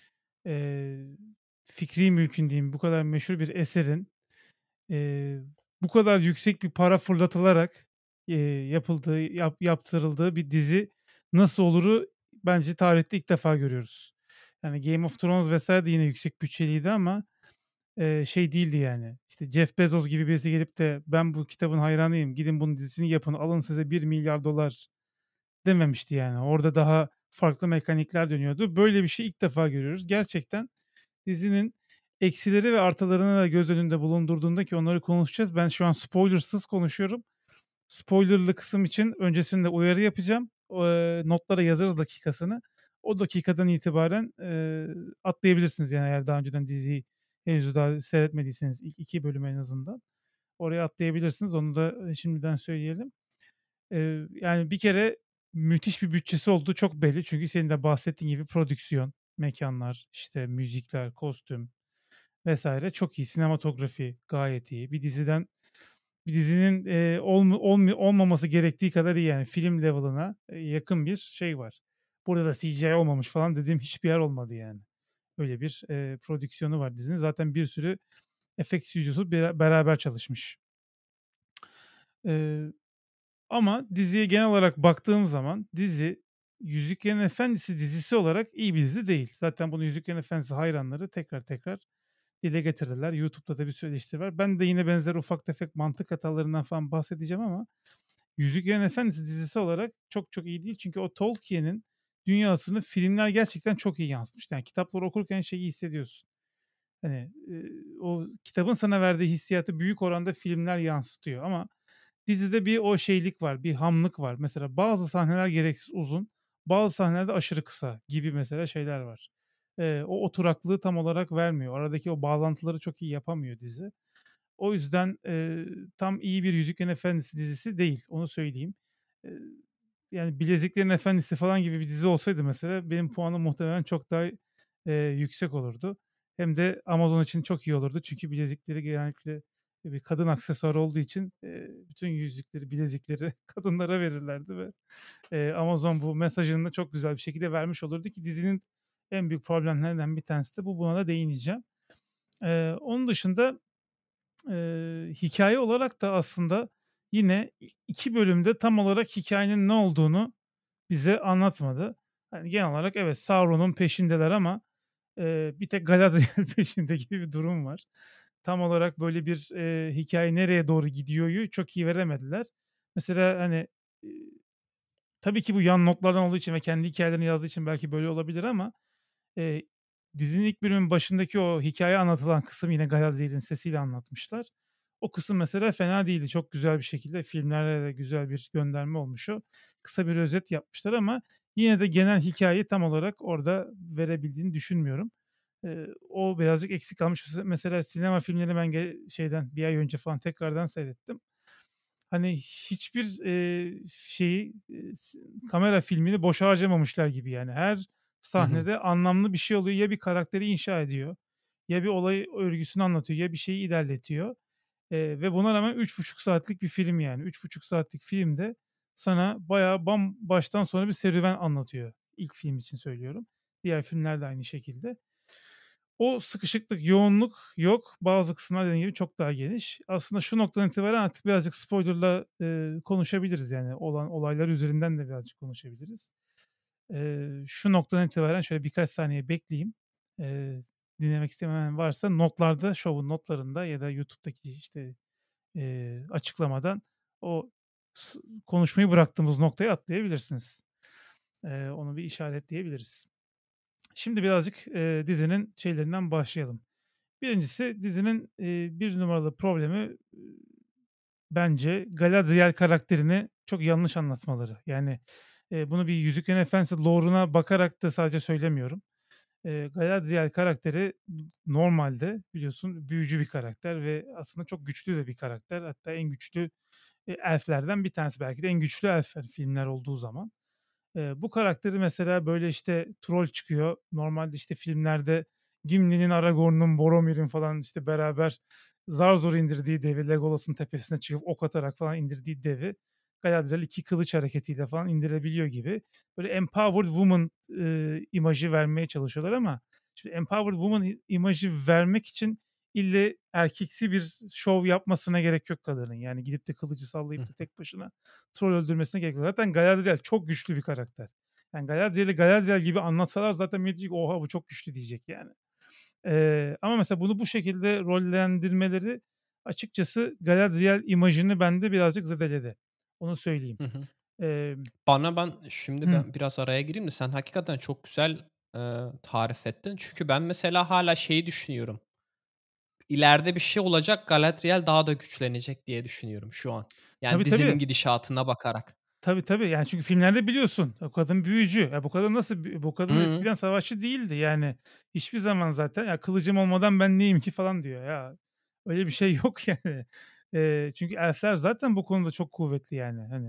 eee, fikri mülkün diyeyim, bu kadar meşhur bir eserin, eee, bu kadar yüksek bir para fırlatılarak, yapıldığı, yaptırıldığı bir dizi nasıl oluru bence tarihte ilk defa görüyoruz. Yani Game of Thrones vs. de yine yüksek bütçeliydi ama şey değildi yani, işte, Jeff Bezos gibi birisi gelip de "Ben bu kitabın hayranıyım, gidin bunun dizisini yapın, alın size $1.000.000.000 dememişti yani. Orada daha farklı mekanikler dönüyordu. Böyle bir şey ilk defa görüyoruz. Gerçekten dizinin eksileri ve artılarını da göz önünde bulundurduğunda ki onları konuşacağız. Ben şu an spoilersız konuşuyorum. Spoiler'lı kısım için öncesinde uyarı yapacağım. Notlara yazarız dakikasını. O dakikadan itibaren, atlayabilirsiniz yani eğer daha önceden diziyi henüz daha seyretmediyseniz ilk 2 bölümü en azından. Oraya atlayabilirsiniz. Onu da, şimdiden söyleyelim. Yani bir kere müthiş bir bütçesi olduğu çok belli. Çünkü senin de bahsettiğin gibi prodüksiyon, mekânlar, işte müzikler, kostüm vs. çok iyi. Sinematografi gayet iyi. Bir dizinin, olmaması gerektiği kadar iyi yani film level'ına, yakın bir şey var. Burada da CGI olmamış falan dediğim hiçbir yer olmadı yani. Öyle bir, prodüksiyonu var dizinin. Zaten bir sürü efekt stüdyosu beraber çalışmış. Eee, ama diziye genel olarak baktığım zaman dizi Yüzüklerin Efendisi dizisi olarak iyi bir dizi değil. Zaten bunu Yüzüklerin Efendisi hayranları tekrar tekrar dile getirdiler. YouTube'da da bir sürü eleştiri var. Ben de yine benzer ufak tefek mantık hatalarından falan bahsedeceğim ama Yüzüklerin Efendisi dizisi olarak çok çok iyi değil. Çünkü o Tolkien'in dünyasını filmler gerçekten çok iyi yansıtmış. Yani kitapları okurken şeyi hissediyorsun. Hani, o kitabın sana verdiği hissiyatı büyük oranda filmler yansıtıyor ama dizide bir o şeylik var, bir hamlık var. Mesela bazı sahneler gereksiz uzun, bazı sahneler de aşırı kısa gibi mesela şeyler var. O oturaklığı tam olarak vermiyor. Aradaki o bağlantıları çok iyi yapamıyor dizi. O yüzden, tam iyi bir Yüzüklerin Efendisi dizisi değil, onu söyleyeyim. Eee, yani Bileziklerin Efendisi falan gibi bir dizi olsaydı mesela benim puanım muhtemelen çok daha, yüksek olurdu. Hem de Amazon için çok iyi olurdu. Çünkü bilezikleri genellikle bir kadın aksesuarı olduğu için, bütün yüzükleri, bilezikleri kadınlara verirlerdi ve, Amazon bu mesajını da çok güzel bir şekilde vermiş olurdu ki dizinin en büyük problemlerinden bir tanesi de bu. Buna da değineceğim. Onun dışında Hikâye olarak da aslında yine 2 bölümde tam olarak hikâyenin ne olduğunu bize anlatmadı. Hani, genel olarak evet, Sauron'un peşindeler ama, bir tek Galadriel peşinde gibi bir durum var. Tam olarak böyle bir, hikâye nereye doğru gidiyor'yu çok iyi veremediler. Mesela, hani, eee, tabii ki bu yan notlardan olduğu için ve kendi hikâyelerini yazdığı için belki böyle olabilir ama, eee, dizinin ilk bölümün başındaki o hikâye anlatılan kısım yine Galadriel'in sesiyle anlatmışlar. O kısım mesela fena değildi. Çok güzel bir şekilde filmlere de güzel bir gönderme olmuş o. Kısa bir özet yapmışlar ama yine de genel hikâyeyi tam olarak orada verebildiğini düşünmüyorum. O birazcık eksik kalmış. Mesela sinema filmlerini ben şeyden 1 ay önce falan tekrardan seyrettim. Hani hiçbir, şeyi, kamera filmini boşa harcamamışlar gibi yani. Her Hı hı. sahnede anlamlı bir şey oluyor. Ya bir karakteri inşa ediyor, ya bir olay örgüsünü anlatıyor, ya bir şeyi ilerletiyor, ve buna rağmen 3,5 saatlik bir film yani. 3,5 saatlik filmde sana bayağı baştan sona bir serüven anlatıyor. İlk film için söylüyorum. Diğer filmler de aynı şekilde. O sıkışıklık, yoğunluk yok. Bazı kısımlar dediğim gibi çok daha geniş. Aslında şu noktadan itibaren artık birazcık spoiler'la, konuşabiliriz yani. Olan olaylar üzerinden de birazcık konuşabiliriz. Şu noktadan itibaren şöyle birkaç saniye bekleyeyim. Eee, Dinlemek istemeyen varsa notlarda, şovun notlarında ya da YouTube'daki, işte, açıklamadan o konuşmayı bıraktığımız noktaya atlayabilirsiniz. Onu bir işaretleyebiliriz. Şimdi birazcık, dizinin şeylerinden başlayalım. Birincisi dizinin, 1 numaralı problemi, bence Galadriel karakterini çok yanlış anlatmaları. Yani, bunu bir Yüzüklerin Efendisi lore'una bakarak da sadece söylemiyorum. Galadriel karakteri normalde biliyorsun büyücü bir karakter ve aslında çok güçlü de bir karakter. Hatta en güçlü, elflerden bir tanesi. Belki de en güçlü elf filmler olduğu zaman. Bu karakteri mesela, böyle, işte, troll çıkıyor. Normalde, işte, filmlerde Gimli'nin, Aragorn'un, Boromir'in falan, işte, beraber zar zor indirdiği devi, Legolas'ın tepesine çıkıp ok atarak falan indirdiği devi Galadriel 2 kılıç hareketiyle falan indirebiliyor gibi. Böyle empowered woman, imajı vermeye çalışıyorlar ama şimdi empowered woman imajı vermek için ille erkeksi bir şov yapmasına gerek yok kadının. Yani gidip de kılıcı Hı sallayıp da hı. tek başına troll öldürmesine gerek yok. Zaten Galadriel çok güçlü bir karakter. Yani Galadriel'i Galadriel gibi anlatsalar zaten millet diyecek, "Oha, bu çok güçlü." diyecek yani. Ama mesela bunu bu şekilde rollendirmeleri açıkçası Galadriel imajını bende birazcık zedeledi. Onu söyleyeyim. Hı hı. Emm Şimdi Hıh. ben biraz araya gireyim de sen hakikaten çok güzel, tarif ettin. Çünkü ben mesela hâlâ şeyi düşünüyorum. İleride bir şey olacak, Galadriel daha da güçlenecek diye düşünüyorum şu an. Yani Tabii, dizinin tabii. gidişatına bakarak. Tabii, tabii. Yani çünkü filmlerde biliyorsun o kadın büyücü. Bu kadın nasıl bu kadın Hı. eskiden savaşçı değildi. Yani hiçbir zaman zaten "Ya, kılıcım olmadan ben neyim ki?" falan diyor. Ya, öyle bir şey yok yani. Çünkü elfler zaten bu konuda çok kuvvetli yani. Hani,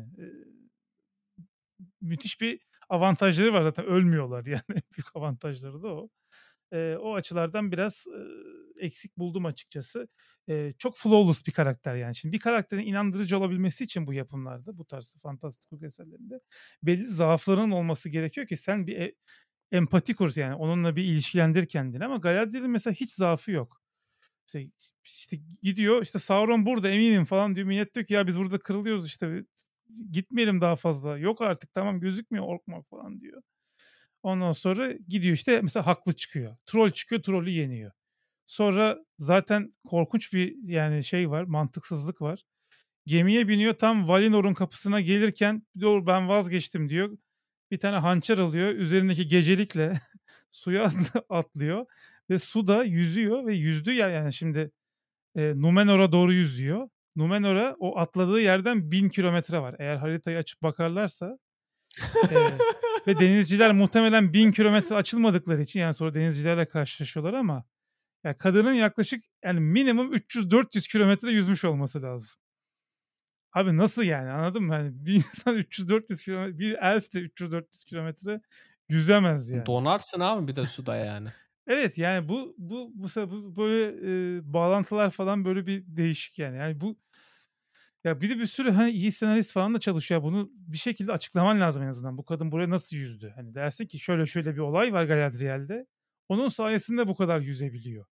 müthiş bir avantajları var zaten ölmüyorlar yani en büyük avantajları da o. O açılardan biraz, eksik buldum açıkçası. Çok flawless bir karakter yani. Şimdi bir karakterin inandırıcı olabilmesi için bu yapımlarda, bu tarz fantastik kurgu eserlerinde belli zaaflarının olması gerekiyor ki sen bir empati kur yani onunla bir ilişkilendir kendini ama Galadriel'in mesela hiç zaafı yok. İşte işte gidiyor, işte "Sauron burada eminim." falan diyor. Millet diyor ki, "Ya biz burada kırılıyoruz işte, gitmeyelim daha fazla. Yok artık tamam gözükmüyor ork mork." falan diyor. Ondan sonra gidiyor, işte mesela haklı çıkıyor. Troll çıkıyor, trollü yeniyor. Sonra zaten korkunç bir yani şey var, mantıksızlık var. Gemiye biniyor, tam Valinor'un kapısına gelirken "Dur ben vazgeçtim." diyor. Bir tane hançer alıyor, üzerindeki gecelikle suya atlıyor ve suda yüzüyor ve yüzdüğü yer yani şimdi, Numenor'a doğru yüzüyor. Numenor'a o atladığı yerden 1000 kilometre var. Eğer haritayı açıp bakarlarsa, eee, ve denizciler muhtemelen 1000 kilometre açılmadıkları için yani sonra denizcilerle karşılaşıyorlar ama ya kadının yaklaşık yani minimum 300-400 kilometre yüzmüş olması lazım. Abi nasıl yani, anladın mı? Hani bir insan 300-400 kilometre, bir elf de 300-400 kilometre yüzemez yani. Donarsın abi bir de suda yani. Evet, yani bu böyle, bağlantılar falan böyle bir değişik yani. Yani bu ya bir de bir sürü, hani, iyi senarist falan da çalışıyor. Bunu bir şekilde açıklaman lazım en azından. Bu kadın buraya nasıl yüzdü? Hani dersin ki şöyle şöyle bir olay var Galadriel'de. Onun sayesinde bu kadar yüzebiliyor.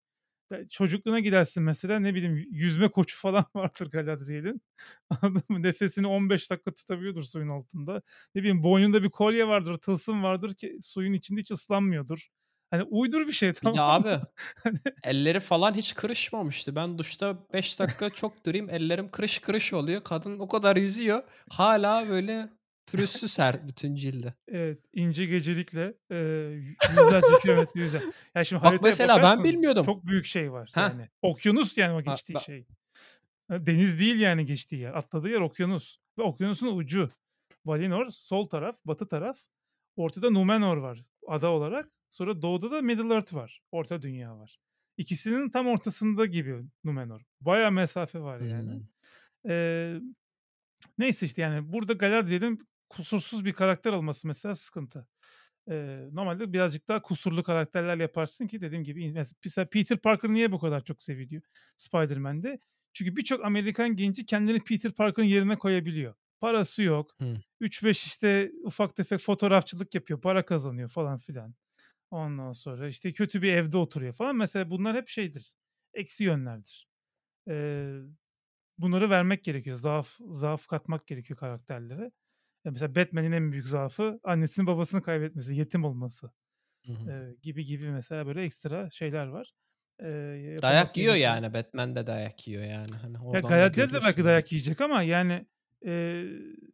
Çocukluğuna gidersin mesela, ne bileyim, yüzme koçu falan vardır Galadriel'in. Anladın mı? Nefesini 15 dakika tutabiliyordur suyun altında. Ne bileyim, boynunda bir kolye vardır, tılsım vardır ki suyun içinde hiç ıslanmıyordur. Hani uydur bir şey, Bir de tamam mı? abi Hani elleri falan hiç kırışmamıştı. Ben duşta 5 dakika çok durayım, ellerim kırış kırış oluyor. Kadın o kadar yüzüyor. Hala böyle pürüzsüz bütün cildi. evet, ince gecelikle, yüzlerce kilometre yüzer. Ya, şimdi Bak haritaya mesela ben bakarsanız bilmiyordum. çok büyük şey var Heh. yani. Okyanus yani o Ha, geçtiği şey. Deniz değil yani geçtiği yer. Atladığı yer okyanus ve okyanusun ucu. Valinor sol taraf, batı taraf. Ortada Numenor var ada olarak. Sonra doğuda da Middle-earth var. Orta dünya var. İkisinin tam ortasında gibi Numenor. Bayağı mesafe var yani. hımm. Eee, neyse işte yani burada Galadriel'in kusursuz bir karakter olması mesela sıkıntı. Normalde birazcık daha kusurlu karakterler yaparsın ki dediğim gibi mesela Peter Parker niye bu kadar çok seviliyor Spider-Man'de? Çünkü birçok Amerikan genci kendini Peter Parker'ın yerine koyabiliyor. Parası yok. Hı. 3-5 işte ufak tefek fotoğrafçılık yapıyor, para kazanıyor falan filan. Ondan sonra işte kötü bir evde oturuyor falan. Mesela bunlar hep şeydir. Eksi yönlerdir. Eee, bunları vermek gerekiyor. Zaaf katmak gerekiyor karakterlere. Mesela Batman'in en büyük zaafı annesini babasını kaybetmesi, yetim olması. Hı hı. Gibi gibi mesela böyle ekstra şeyler var. Eee, Dayak yapamak yiyor şeyler. yani. Batman de dayak yiyor yani. Hani Ya, oradan da Galadriel de belki görüyorsun bunu. dayak yiyecek ama yani, eee,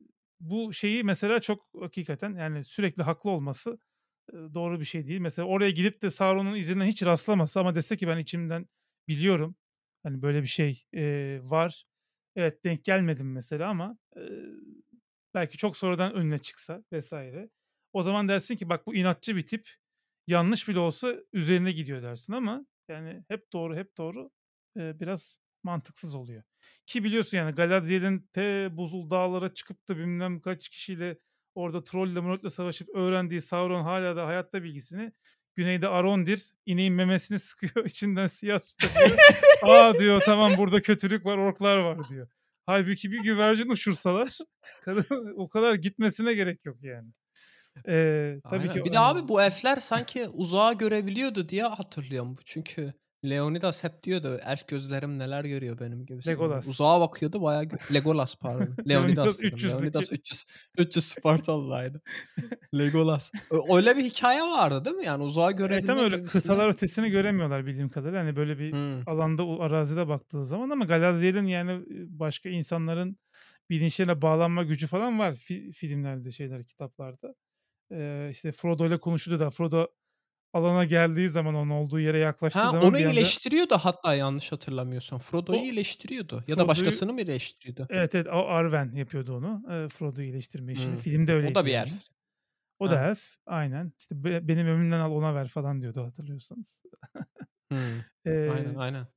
bu şeyi mesela çok hakikaten yani sürekli haklı olması, doğru bir şey değil. Mesela oraya gidip de Sauron'un izine hiç rastlamasa ama dese ki ben içimden biliyorum, hani, böyle bir şey, var. Evet, denk gelmedim mesela ama, belki çok sonradan önüne çıksa vesaire. O zaman dersin ki bak bu inatçı bir tip, yanlış bile olsa üzerine gidiyor dersin ama yani hep doğru, hep doğru, biraz mantıksız oluyor. Ki biliyorsun yani Galadriel'in buzul dağlara çıkıp da bilmem kaç kişiyle orada trolle morolle savaşıp öğrendiği Sauron hala da hayatta bilgisini güneyde Arondir ineğin memesini sıkıyor, içinden siyah su takıyor. "A!" diyor, "Tamam, burada kötülük var, orklar var." diyor. Hâlbuki bir güvercin uçursalar kadının o kadar gitmesine gerek yok yani. Tabii ki Aynen. Bir de hani abi bu elfler sanki uzağa görebiliyordu diye hatırlıyorum. Çünkü Leonidas hep diyordu, "Elf gözlerim neler görüyor benim" gibisinden. Legolas. Uzağa bakıyordu bayağı Legolas pardon. Leonidas Leonidas dedim. 300'deki. Leonidas 300 Spartalıydı. Legolas. Öyle bir hikaye vardı değil mi? Yani uzağa Ama görebilme öyle kıtalar gibisinden. ötesini göremiyorlar bildiğim kadarıyla. Hani böyle bir Hımm. alanda, arazide baktığı zaman ama Galadriel'in yani, başka insanların bilinçlerine bağlanma gücü falan var filmlerde, kitaplarda. İşte Frodo'yla konuşuluyor da Frodo alana geldiği zaman, onun olduğu yere yaklaştığı Ha, zaman onu bir anda iyileştiriyordu hatta yanlış hatırlamıyorsam. Frodo'yu o iyileştiriyordu ya da Frodo'yu. başkasını mı iyileştiriyordu? Evet, evet, o Arwen yapıyordu onu, Frodo'yu iyileştirme işini. Hımm. Filmde O da öyleydi bir yani. elf. O da Ha. elf, aynen. İşte, benim ömrümden al ona ver falan diyordu hatırlıyorsanız. Hımm. Aynen, Eee, aynen.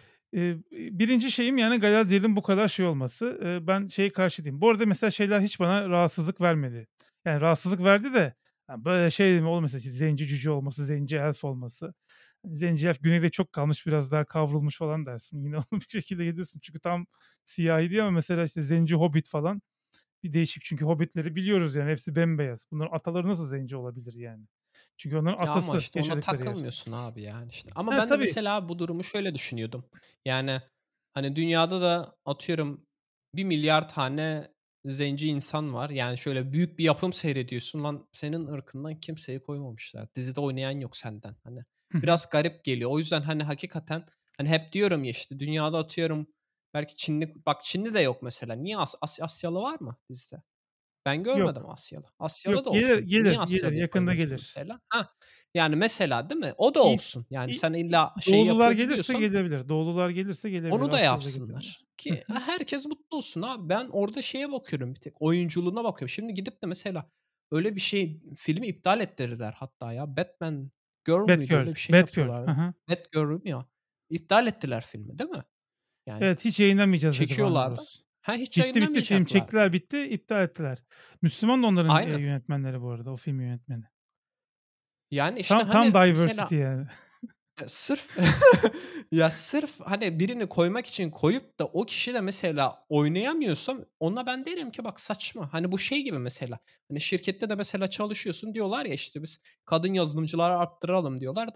1'inci şeyim yani Galadriel'in bu kadar şey olması. Ben şeye karşı değilim. Bu arada mesela şeyler hiç bana rahatsızlık vermedi. Yani rahatsızlık verdi de, ha, böyle şey mi olur mesela işte zenci cüce olması, zenci elf olması. Hani zenci elf güneyde çok kalmış, biraz daha kavrulmuş falan dersin. Yine onu bir şekilde gelirsin çünkü tam siyahi değil ama mesela işte zenci hobbit falan bir değişik. Çünkü hobbitleri biliyoruz yani hepsi bembeyaz. Bunların ataları nasıl zenci olabilir yani? Çünkü onların Ya, ama atası işte ona yaşadıkları yer. takılmıyorsun abi yani işte. Ama Ha, ben de tabii. mesela bu durumu şöyle düşünüyordum. Yani, hani, dünyada da atıyorum 1.000.000.000 tane zenci insan var. Yani, şöyle büyük bir yapım seyrediyorsun. Lan senin ırkından kimseyi koymamışlar. Dizide oynayan yok senden. Hani, Hı hı. biraz garip geliyor. O yüzden, hani, hakikaten, hani, hep diyorum ya işte dünyada atıyorum belki Çinli de yok mesela. Niye Asyalı var mı dizide? Ben görmedim Yok. Asyalı. Asyalı Yok, da gelir, olsun. Niye gelir, gelir. Asyalıyı Yakında koymuyorsun gelir. mesela? Hah, yani mesela değil mi? O da İs olsun. Yani İ sen illa şey Doğulular yapıyorum gelirse diyorsan gelebilir. Doğulular gelirse gelebilir. onu da Asyalı da gelebilir. yapsınlar ki herkes mutlu olsun abi. Ben orada şeye bakıyorum bir tek, oyunculuğuna bakıyorum. Şimdi gidip de mesela öyle bir şey filmi iptal ettirdiler hatta ya. Batman Girl müydü? Batgirl, Öyle bir şey Batgirl. Hı yapıyorlardı. hı. Batgirl mü ya? İptal ettiler filmi değil mi? Yani Evet, hiç yayınlamayacağız dedi Warner çekiyorlardı. Bros. Ha, hiç Bitti, bitti film yayınlamayacaklardı. çektiler, bitti, iptal ettiler. Müslüman da onların, Aynen. yönetmenleri bu arada, o film yönetmeni. Yani işte Tam hani mesela diversity yani. Sırf ya, sırf, hani, birini koymak için koyup da o kişi de mesela oynayamıyorsam ona ben derim ki bak saçma. Hani, bu şey gibi mesela, hani, şirkette de mesela çalışıyorsun diyorlar ya, işte, biz kadın yazılımcıları arttıralım diyorlar da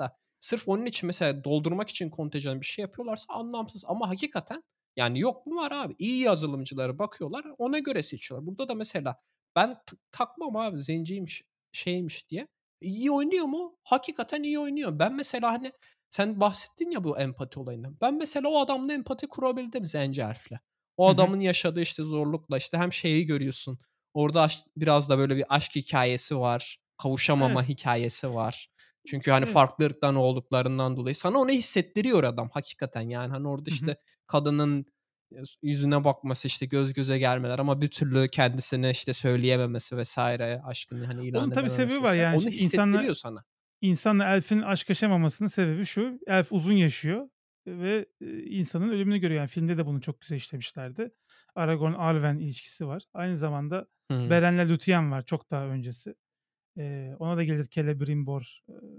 sırf onun için mesela doldurmak için kontenjanı bir şey yapıyorlarsa anlamsız ama hakikaten yani yok mu var abi. İyi yazılımcılara bakıyorlar, ona göre seçiyorlar. Burada da mesela ben takmam abi zenciymiş, şeymiş diye. İyi oynuyor mu? Hakikaten iyi oynuyor. Ben mesela, hani, sen bahsettin ya bu empati olayından. Ben mesela o adamla empati kurabildim zenci harfle. O Hı hı. adamın yaşadığı, işte, zorlukla, işte, hem şeyi görüyorsun, orada biraz da böyle bir aşk hikâyesi var, kavuşamama Evet, hikâyesi var. Çünkü, hani, evet. farklı ırktan olduklarından dolayı sana onu hissettiriyor adam hakikaten. Yani, hani, orada, Hı hı. işte, kadının, yüzüne bakması, işte, göz göze gelmeler ama bir türlü kendisine, işte, söyleyememesi vs. aşkını, hani, Onun ilan tabii edememesi sebebi var. vs. Yani onu şimdi insanla hissettiriyor sana. insanla elfin aşk yaşamamasının sebebi şu: elf uzun yaşıyor ve, insanın ölümünü görüyor. Yani filmde de bunu çok güzel işlemişlerdi. Aragorn-Arwen ilişkisi var. Aynı zamanda Hıı. Beren'le Lúthien var çok daha öncesi. Ona da geliriz. Celebrimbor,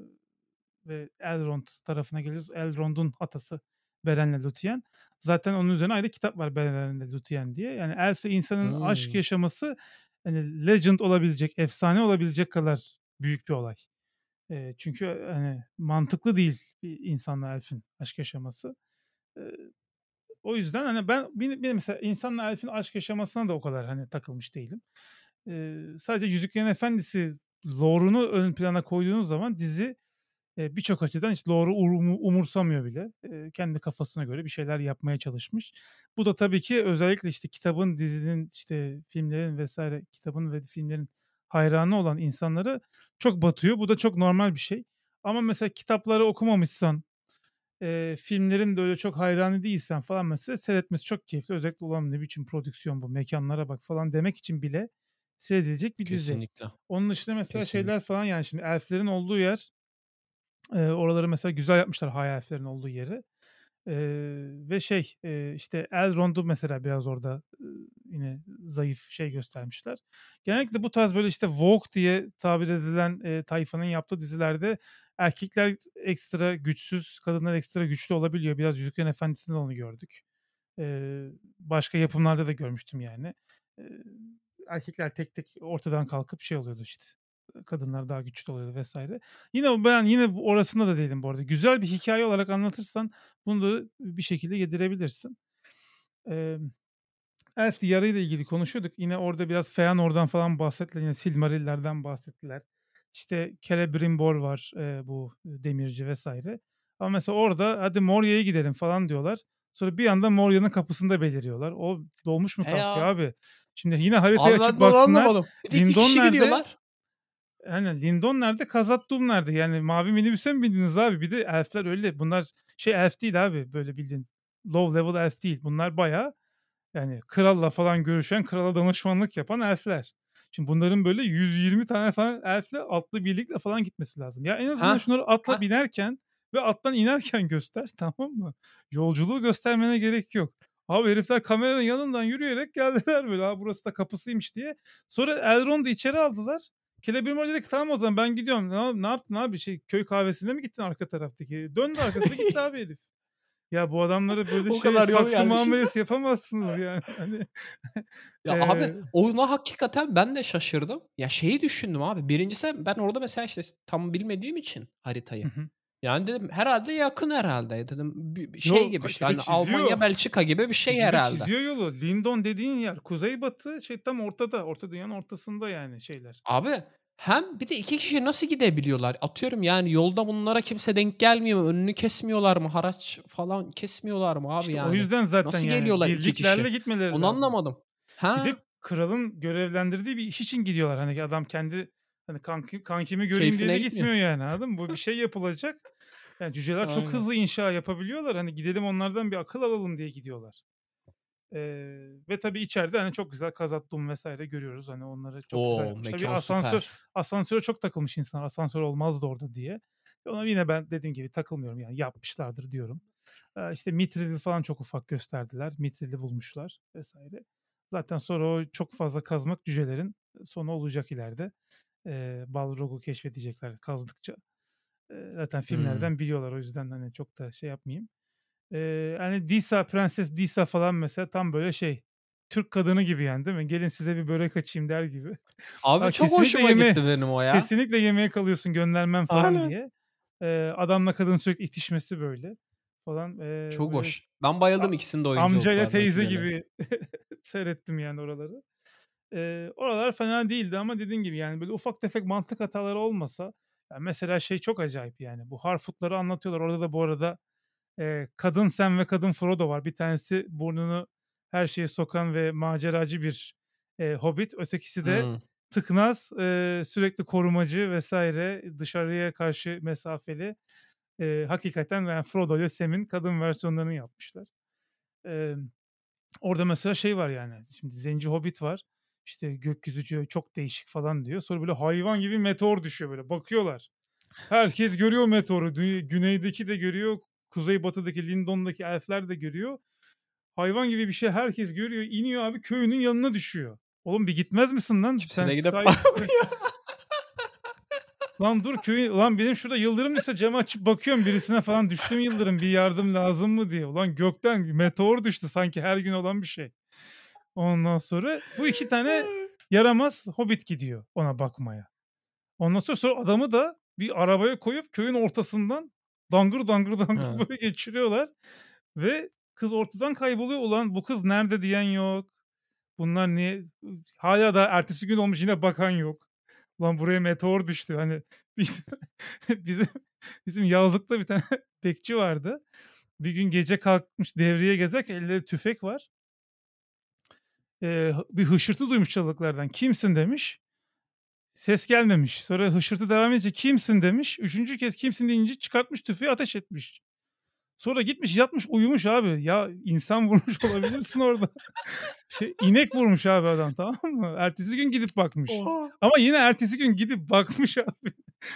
ve Elrond tarafına geliriz. Elrond'un atası Beren'le Lúthien. Zaten onun üzerine ayrı kitap var, Beren'le Lúthien diye. Yani elfle insanın aşk Hımm. yaşaması, hani, legend olabilecek, efsane olabilecek kadar büyük bir olay. Çünkü, hani, mantıklı değil bir insanla elfin aşk yaşaması. Eee, O yüzden, hani, benim mesela insanla elfin aşk yaşamasına da o kadar, hani, takılmış değilim. Sadece Yüzüklerin Efendisi lore'unu ön plana koyduğunuz zaman dizi, birçok açıdan hiç lore'u umursamıyor bile. Kendi kafasına göre bir şeyler yapmaya çalışmış. Bu da tabii ki özellikle, işte, kitabın, dizinin, işte, filmlerin vesaire kitabın ve filmlerin hayranı olan insanlara çok batıyor. Bu da çok normal bir şey. Ama mesela kitapları okumamışsan, filmlerin de öyle çok hayranı değilsen falan mesela seyretmesi çok keyifli. Özellikle "Ulan ne biçim prodüksiyon bu, mekânlara bak." falan demek için bile seyredilecek bir dizi. Kesinlikle, Onun dışında mesela şeyler kesinlikle. falan, yani, şimdi elflerin olduğu yer, oraları mesela güzel yapmışlar, high elf'lerin olduğu yeri. Ve şey, işte, Elrond'u mesela biraz orada, yine zayıf şey göstermişler. Genellikle bu tarz, böyle, işte, woke diye tabir edilen, tayfanın yaptığı dizilerde erkekler ekstra güçsüz, kadınlar ekstra güçlü olabiliyor. Biraz Yüzüklerin Efendisi'nde de onu gördük. Başka yapımlarda da görmüştüm yani. Eee, Erkekler tek tek ortadan kalkıp şey oluyordu işte, kadınlar daha güçlü oluyordu vesaire. Ben yine orasında da değilim bu arada. Güzel bir hikaye olarak anlatırsan bunu da bir şekilde yedirebilirsin. Emm, Elf Diyarı ile ilgili konuşuyorduk. Yine orada biraz Feanor'dan falan bahsettiler. Yine Silmariller'den bahsettiler. İşte Celebrimbor var, bu demirci vesaire. Ama mesela orada "Hadi Moria'ya gidelim." falan diyorlar. Sonra bir anda Moria'nın kapısında beliriyorlar. O dolmuş mu He kalkıyor ya. abi? Şimdi yine haritayı Abi açıp ben de onu baksınlar. anlamadım. Bir de 2 Lindon kişi nerede? gidiyorlar. Aynen. Lindon nerede? Khazad-dûm nerede? Yani mavi minibüse mi bindiniz abi? Bir de elf'ler öyle. Bunlar şey elf değil abi, böyle bildiğin low level elf değil. Bunlar bayağı, yani kralla falan görüşen, krala danışmanlık yapan elf'ler. Şimdi bunların böyle 120 tane falan elf'le, atlı birlikle falan gitmesi lazım. Ya en azından Hah, şunları atla hah. binerken ve attan inerken göster, tamam mı? Yolculuğu göstermene gerek yok. Abi herifler kameranın yanından yürüyerek geldiler böyle. Ha, burası da kapısıymış diye. Sonra Elrond'u içeri aldılar. Celebrimbor dedi ki tamam o zaman ben gidiyorum. Ne yaptın abi? Şey, köy kahvesine mi gittin arka taraftaki? Döndü arkasına gitti abi herif. Ya bu adamlara böyle O şey kadar yol saksı gelmişim. muamelesi yapamazsınız yani. Hani, Ya, abi, eee ona hakikaten ben de şaşırdım. Ya, şeyi düşündüm abi, birincisi ben orada mesela, işte, tam bilmediğim için Hı haritayı, hı. yani, dedim herhâlde yakın herhâlde. Dedim bir şey Yo, gibi, işte, şeyde hani, çiziyor. Almanya, Belçika gibi bir şey Dizide herhâlde. çiziyor yolu. Lindon dediğin yer kuzeybatı, şey tam ortada. Orta Dünya'nın ortasında yani şeyler. Abi, hem bir de 2 kişi nasıl gidebiliyorlar? Atıyorum, yani, yolda bunlara kimse denk gelmiyor mu? Önünü kesmiyorlar mı? Haraç falan kesmiyorlar mı abi, İşte o yani? yüzden zaten Nasıl yani geliyorlar 2 birliklerle kişi? gitmeleri Onu lazım. anlamadım. Bir de Ha, kralın görevlendirdiği bir iş için gidiyorlar. Hani adam kendi, hani, kankimi göreyim diye keyfine de gitmiyor. gitmiyor yani, anladın mı? Bu bir şey yapılacak. Yani cüceler çok Aynen. hızlı inşa yapabiliyorlar. Hani gidelim onlardan bir akıl alalım diye gidiyorlar. Ve tabii içeride, hani, çok güzel Khazad-dûm vs. görüyoruz. Hani, onları çok güzel O! yapmışlar. Mekân Bir süper. asansöre çok takılmış insanlar. Asansör olmazdı orada diye. Ona yine ben dediğim gibi takılmıyorum yani yapmışlardır diyorum. İşte Mithril'i falan çok ufak gösterdiler. Mithril'i bulmuşlar vs. Zaten sonra o çok fazla kazmak cücelerin sonu olacak ileride. Balrog'u keşfedecekler kazdıkça. Zaten Hımm. filmlerden biliyorlar, o yüzden, hani, çok da şey yapmayayım. Hani, Prenses Disa falan mesela tam böyle şey, Türk kadını gibi yani, değil mi? "Gelin size bir börek açayım." der gibi. Abi "A, çok hoşuma gitti benim o ya. kesinlikle yemeğe kalıyorsun, göndermem." falan Aynen. diye. Adamla kadın sürekli itişmesi böyle falan. Çok Böyle hoş. Ben bayıldım ikisinin de amcayla oyunculuklarına teyze ikileme. gibi seyrettim yani oraları. Oralar fena değildi ama dediğin gibi yani böyle ufak tefek mantık hataları olmasa ya mesela şey çok acayip yani bu Harfoot'ları anlatıyorlar. Orada da bu arada kadın Sam ve kadın Frodo var. Bir tanesi burnunu her şeye sokan ve maceracı bir hobbit. Ötekisi de Hımm. tıknaz, sürekli korumacı vesaire dışarıya karşı mesafeli. Hakikaten yani Frodo ile Sam'in kadın versiyonlarını yapmışlar. Emm Orada mesela şey var yani, şimdi Zenci Hobbit var. İşte gökyüzü çok değişik falan diyor. Sonra böyle hayvan gibi meteor düşüyor böyle. Bakıyorlar. Herkes görüyor meteoru. Güneydeki de görüyor. Kuzeybatıdaki Lindon'daki elfler de görüyor. Hayvan gibi bir şey herkes görüyor. İniyor abi köyünün yanına düşüyor. Oğlum bir gitmez misin lan? Kimse Sen de gidip Sky. bakmıyor. Lan dur köyün. Ulan benim şurada yıldırım düşse camı açıp bakıyorum birisine falan düştü mü yıldırım bir yardım lazım mı diye. Ulan gökten meteor düştü sanki her gün olan bir şey. Ondan sonra bu 2 tane yaramaz hobbit gidiyor ona bakmaya. Ondan sonra adamı da bir arabaya koyup köyün ortasından dangır dangır dangır Ha. böyle geçiriyorlar ve kız ortadan kayboluyor. Ulan bu kız nerede diyen yok. Bunlar niye hâlâ da ertesi gün olmuş yine bakan yok. Ulan buraya meteor düştü. Hani biz bizim bizim yazlıkta bir tane bekçi vardı. Bir gün gece kalkmış devreye gezerken elinde tüfek var. Bir hışırtı duymuş çalılıklardan. "Kimsin?" demiş. Ses gelmemiş. Sonra hışırtı devam edince "Kimsin?" demiş. Üçüncü kez "Kimsin?" deyince çıkartmış tüfeği ateş etmiş. Sonra gitmiş yatmış uyumuş abi. Ya insan vurmuş olabilirsin orada. İnek vurmuş abi adam, tamam mı? Ertesi gün gidip bakmış. Oha! Ama yine ertesi gün gidip bakmış abi.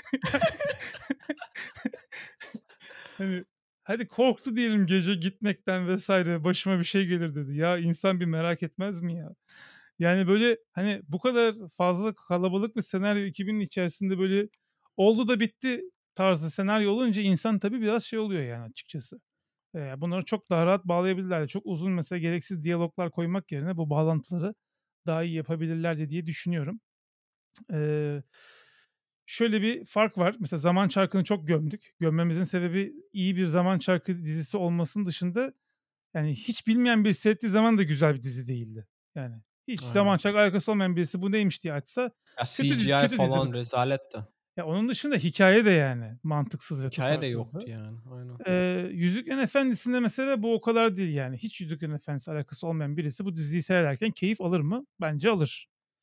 Hani hadi korktu diyelim gece gitmekten vesaire başıma bir şey gelir dedi. Ya insan bir merak etmez mi ya? Yani böyle hani bu kadar fazla kalabalık bir senaryo ekibinin içerisinde böyle oldu da bitti tarzı senaryo olunca insan tabii biraz şey oluyor yani açıkçası. Bunları çok daha rahat bağlayabilirler. Çok uzun mesela gereksiz diyaloglar koymak yerine bu bağlantıları daha iyi yapabilirlerdi diye düşünüyorum. Eee, Şöyle bir fark var. Mesela Zaman Çarkı'nı çok gömdük. Gömmemizin sebebi iyi bir Zaman Çarkı dizisi olmasının dışında yani hiç bilmeyen birisi seyrettiği zaman da güzel bir dizi değildi. Yani hiç Zaman Aynen. Çarkı alakası olmayan birisi bu neymiş diye açsa Ya kötü CGI dizi falan bence. rezaletti. Ya onun dışında hikaye de yani mantıksız ve Hikâye de yoktu tutarsızdı. yani. Aynen. Yüzüklerin Efendisi'nde mesela bu o kadar değil yani. Hiç Yüzüklerin Efendisi alakası olmayan birisi bu diziyi seyrederken keyif alır mı? Bence alır.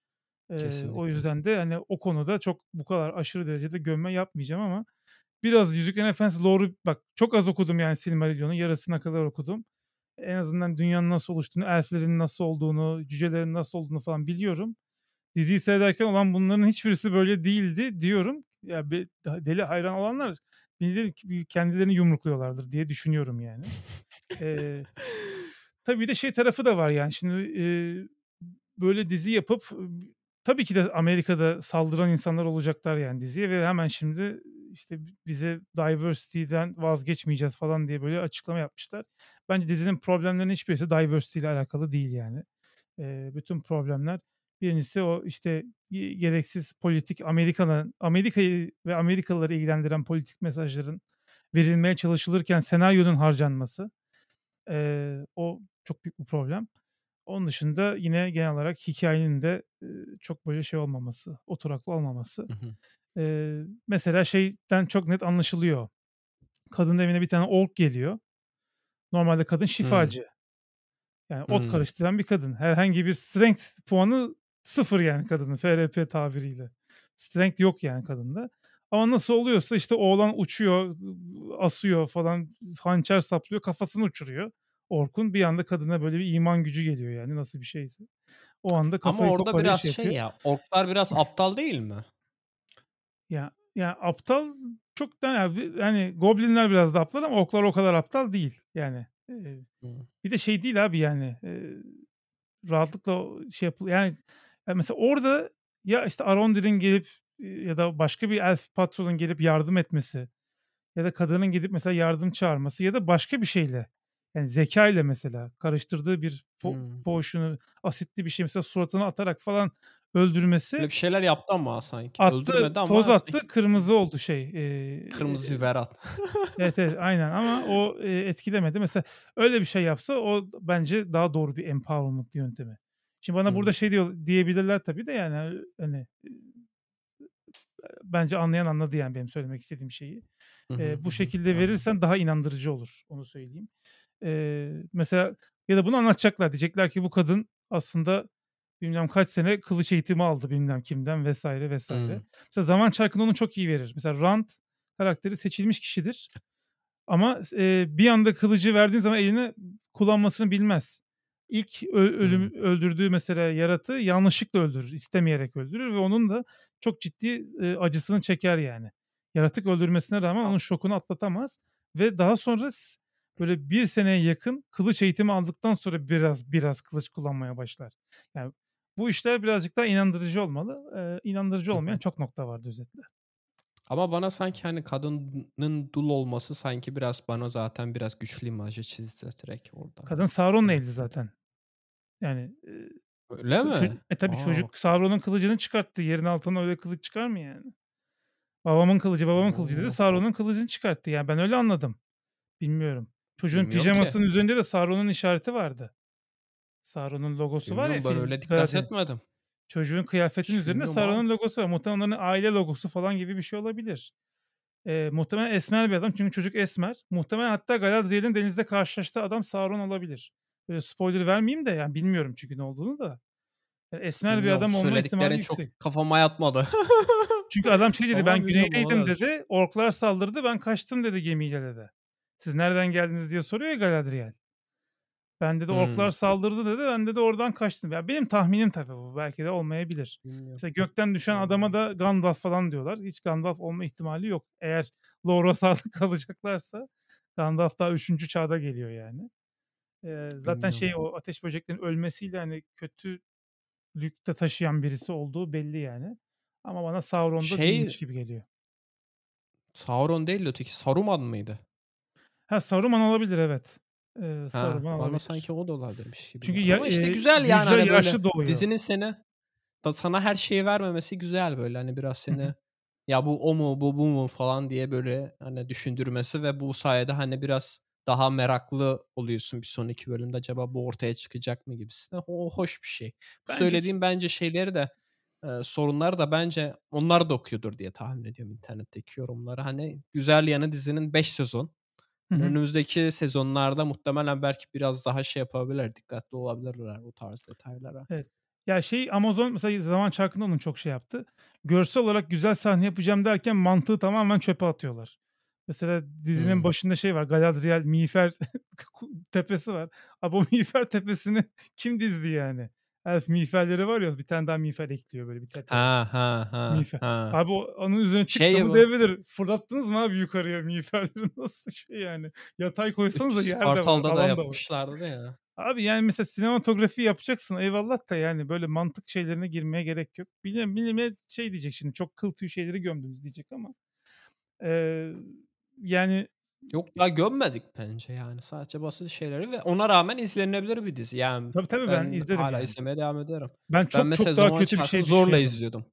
O Kesinlikle. yüzden de, hani, o konuda çok bu kadar aşırı derecede gömme yapmayacağım ama biraz Yüzüklerin Efendisi lore'u bak çok az okudum yani Silmarillion'un yarısına kadar okudum. En azından dünyanın nasıl oluştuğunu, elflerin nasıl olduğunu, cücelerin nasıl olduğunu falan biliyorum. Diziyi seyrederken olan bunların hiçbirisi böyle değildi diyorum. Ya, deli hayran olanlar kendilerini yumrukluyorlardır diye düşünüyorum yani. Eee, tabii bir de şey tarafı da var yani şimdi, böyle dizi yapıp, tabii ki de Amerika'da saldıran insanlar olacaklar yani diziye ve hemen şimdi, işte, bize diversity'den vazgeçmeyeceğiz falan diye böyle açıklama yapmışlar. Bence dizinin problemlerinin hiçbirisi diversity ile alakalı değil yani. Bütün problemler birincisi o, işte, gereksiz politik Amerika'yı ve Amerikalıları ilgilendiren politik mesajların verilmeye çalışılırken senaryonun harcanması. O çok büyük bir problem. Onun dışında yine genel olarak hikâyenin de, çok böyle şey olmaması, oturaklı olmaması. Hı hı. Mesela şeyden çok net anlaşılıyor. Kadının evine bir tane ork geliyor. Normalde kadın Hımm. şifacı. Yani ot Hımm. karıştıran bir kadın. Herhangi bir strength puanı sıfır yani kadının FRP tabiriyle. Strength yok yani kadında. Ama nasıl oluyorsa işte oğlan uçuyor, asıyor falan, hançer saplıyor, kafasını uçuruyor. Orkun bir anda kadına böyle bir iman gücü geliyor yani nasıl bir şeyse. O anda Ama kafayı orada koparıyor, biraz şey şey yapıyor. ya, orklar biraz aptal değil mi? Ya aptal çok da yani goblinler biraz da aptal ama orklar o kadar aptal değil yani. Hıı. Bir de şey değil abi yani, rahatlıkla şey yapılıyor. Yani, mesela orada ya, işte, Arondir'in gelip, ya da başka bir elf patronun gelip yardım etmesi ya da kadının gidip mesela yardım çağırması ya da başka bir şeyle. Yani zekâyla mesela karıştırdığı bir Hımm. potion'u, asitli bir şey mesela suratına atarak falan öldürmesi Öyle bir şeyler yaptı ama sanki. attı, Öldürmedi toz ama attı, sanki kırmızı oldu şey. kırmızı biber at. Evet, evet, aynen ama o, etkilemedi. Mesela öyle bir şey yapsa o bence daha doğru bir empowerment yöntemi. Şimdi bana burada Hımm. şey diyebilirler tabii de yani, hani, bence anlayan anladı yani benim söylemek istediğim şeyi. Hı hı, hı Bu hı. şekilde Anladım. verirsen daha inandırıcı olur, onu söyleyeyim. Mesela ya da bunu anlatacaklar. Diyecekler ki bu kadın aslında bilmem kaç sene kılıç eğitimi aldı bilmem kimden vs. vs. Hımm. Mesela Zaman Çarkı'nı onu çok iyi verir. Mesela Rand karakteri seçilmiş kişidir ama bir anda kılıcı verdiğin zaman eline kullanmasını bilmez. İlk Hımm. öldürdüğü mesela yaratığı yanlışlıkla öldürür, istemeyerek öldürür ve onun da çok ciddi, acısını çeker yani. Yaratık öldürmesine rağmen A onun şokunu atlatamaz ve daha sonra böyle bir seneye yakın kılıç eğitimi aldıktan sonra biraz kılıç kullanmaya başlar. Yani bu işler birazcık daha inandırıcı olmalı. İnandırıcı Hı olmayan hı. çok nokta vardı özetle. Ama bana sanki, hani, kadının dul olması sanki biraz bana zaten biraz güçlü imajı çizdi direkt orada. Kadın Sauron'la Hani, evli zaten. Yani, öyle mi? tabii A! çocuk Sauron'un kılıcını çıkarttı. Yerin altından öyle kılıç çıkar mı yani? Babamın kılıcı dedi, O! Sauron'un kılıcını çıkarttı. Yani ben öyle anladım. Bilmiyorum. Çocuğun Bilmiyorum ki. pijamasının üzerinde de Sauron'un işareti vardı. Sauron'un logosu var ya Bilmiyorum, ben öyle dikkat Galadriel'in. etmedim. Çocuğun kıyafetinin Hiç üzerinde bilmiyorum abi. Sauron'un logosu var. Muhtemelen onların aile logosu falan gibi bir şey olabilir. Muhtemelen esmer bir adam çünkü çocuk esmer. Muhtemelen hatta Galadriel'in denizde karşılaştığı adam Sauron olabilir. Böyle spoiler vermeyeyim de yani bilmiyorum çünkü ne olduğunu da. Esmer bir Bilmiyorum, bu adam olma ihtimali söylediklerin çok yüksek. kafama yatmadı. Çünkü adam şey dedi, Ama "Ben bilmiyorum, güneydeydim." olabilir. dedi. "Orklar saldırdı, ben kaçtım." dedi gemiyle dedi. "Siz nereden geldiniz?" diye soruyor ya Galadriel. "Ben" dedi, "Orklar Hımm. saldırdı." dedi. "Ben" dedi, "Oradan kaçtım." Ya benim tahminim tabii bu. Belki de olmayabilir. Bilmiyorum. Mesela gökten düşen adama Olabilir. da Gandalf falan diyorlar. Hiç Gandalf olma ihtimali yok. Eğer lore'a sadık kalacaklarsa Gandalf daha 3. çağda geliyor yani. Zaten Bilmiyorum. şey o ateş böceklerin ölmesiyle, hani, kötülükte taşıyan birisi olduğu belli yani. Ama bana Sauron da değilmiş Şey, gibi geliyor. Sauron değil de öteki Saruman mıydı? Ha, Saruman olabilir evet. Ha, Saruman bana olabilir. sanki o da olabilirmiş gibi Çünkü geldi ama işte güzel yani, Müjde hani, böyle yaşlı doğuyor. dizinin sana her şeyi vermemesi güzel böyle, hani, biraz Hı hı. seni "Ya, bu o mu, bu mu?" falan diye böyle, hani, düşündürmesi ve bu sayede, hani, biraz daha meraklı oluyorsun bir sonraki bölümde acaba bu ortaya çıkacak mı gibisinden. O hoş bir şey. Bu Bence söylediğim bence şeyleri de, sorunları da bence onlar da okuyordur diye tahmin ediyorum internetteki yorumları. Hani, güzel yanı dizinin 5 sezon. Hı Hani, hı. önümüzdeki sezonlarda muhtemelen belki biraz daha şey yapabilirler, dikkatli olabilirler bu tarz detaylara. Evet. Ya, şey, Amazon mesela Zaman Çarkı'nda onun çok şey yaptı. Görsel olarak güzel sahne yapacağım derken mantığı tamamen çöpe atıyorlar. Mesela dizinin Hımm. başında şey var, Galadriel miğfer tepesi var. Abi o miğfer tepesini kim dizdi yani? Elf miğferleri var ya, bir tane daha miğfer ekliyor böyle bir tepeye. Ha, ha, ha, Miğfer. ha. Abi onun üzerine Şey çıktı mı bu, devrilir. Fırlattınız mı abi yukarıya miğferleri? Nasıl şey yani? Yatay koysanıza yer de var, Kartal'da da alan da var. yapmışlardı ya. Abi, yani, mesela sinematografi yapacaksın eyvallah da, yani, böyle mantık şeylerine girmeye gerek yok. Millet şey diyecek şimdi, "Çok kıl tüy şeyleri gömdünüz." diyecek ama, eee, yani, Yok ya, gömmedik bence yani. Sadece basit şeyleri ve ona rağmen izlenebilir bir dizi. Yani tabii, tabii ben ben izlerim hâlâ yani. izlemeye devam ederim. Ben Ben çok mesela çok daha Zaman kötü bir Çarkı'nı şey zorla düşünüyordum. izliyordum.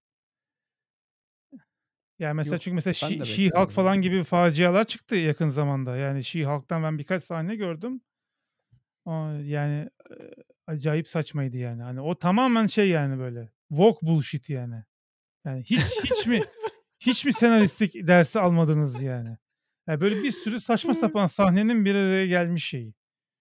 Yani, mesela Yok, çünkü mesela ben de She-Hulk beklemiyordum falan öyle. gibi facialar çıktı yakın zamanda. Yani, She-Hulk'tan ben birkaç sahne gördüm. Yani, acayip saçmaydı yani. Hani, o tamamen şey yani böyle woke bullshit yani. Yani hiç mi senaristlik dersi almadınız yani? Ya, böyle bir sürü saçma sapan sahnenin bir araya gelmiş şeyi.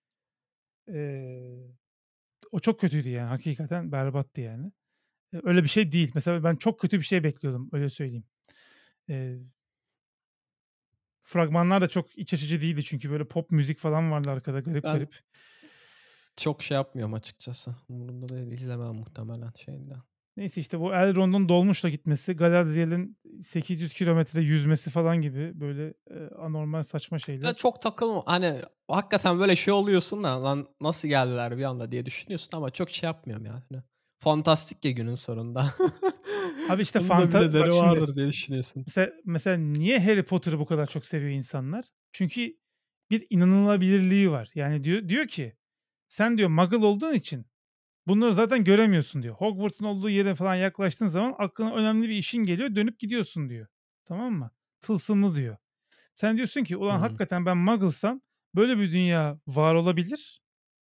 Eee, O çok kötüydü yani hakikaten berbattı yani. Öyle bir şey değil. Mesela ben çok kötü bir şey bekliyordum, öyle söyleyeyim. Eee, Fragmanlar da çok iç açıcı değildi çünkü böyle pop müzik falan vardı arkada garip Ben garip. çok şey yapmıyorum açıkçası. Umurumda değil, izlemem muhtemelen şeyde. Neyse işte bu Elrond'un dolmuşla gitmesi, Galadriel'in 800 kilometre yüzmesi falan gibi böyle, anormal saçma Ben şeyler. çok hani, hakikaten böyle şey oluyorsun da, "Lan nasıl geldiler bir anda?" diye düşünüyorsun ama çok şey yapmıyorum yani. Hani, fantastik ya günün sonunda. Abi işte Bunun da bir bak nedeni şimdi vardır diye düşünüyorsun. mesela niye Harry Potter'ı bu kadar çok seviyor insanlar? Çünkü bir inanılabilirliği var. Yani diyor ki sen diyor Muggle olduğun için bunları zaten göremiyorsun diyor. Hogwarts'un olduğu yere falan yaklaştığın zaman aklına önemli bir işin geliyor, dönüp gidiyorsun diyor. Tamam mı? Tılsımlı diyor. Sen diyorsun ki ulan Hımm. hakikaten ben Muggle'sam böyle bir dünya var olabilir.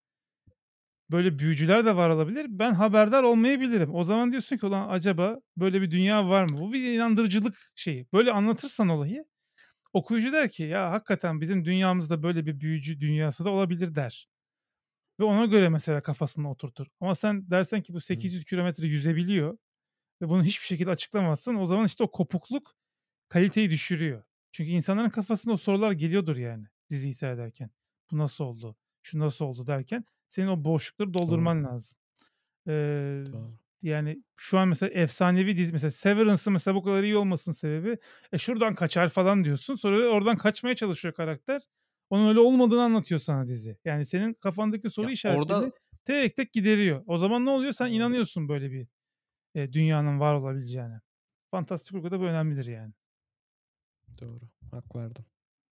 Böyle büyücüler de var olabilir. Ben haberdar olmayabilirim. O zaman diyorsun ki ulan acaba böyle bir dünya var mı? Bu bir inandırıcılık şeyi. Böyle anlatırsan olayı okuyucu der ki ya hakikaten bizim dünyamızda böyle bir büyücü dünyası da olabilir der. Ve ona göre mesela kafasına oturtur. Ama sen dersen ki bu Hımm. 800 kilometre yüzebiliyor ve bunu hiçbir şekilde açıklamazsın. O zaman işte o kopukluk kaliteyi düşürüyor. Çünkü insanların kafasında o sorular geliyordur yani diziyi seyrederken. Bu nasıl oldu? Şu nasıl oldu derken senin o boşlukları Doğru, doldurman lazım. Eee, doğru. yani şu an mesela efsanevi dizi mesela Severance'ın mesela bu kadar iyi olmasının sebebi şuradan kaçar falan diyorsun. Sonra oradan kaçmaya çalışıyor karakter. Onun öyle olmadığını anlatıyor sana dizi. Yani senin kafandaki soru Ya, orada işaretlerini tek tek gideriyor. O zaman ne oluyor? Sen Doğru, inanıyorsun böyle bir dünyanın var olabileceğine. Fantastik kurgu da bu önemlidir yani. doğru. Hak verdim.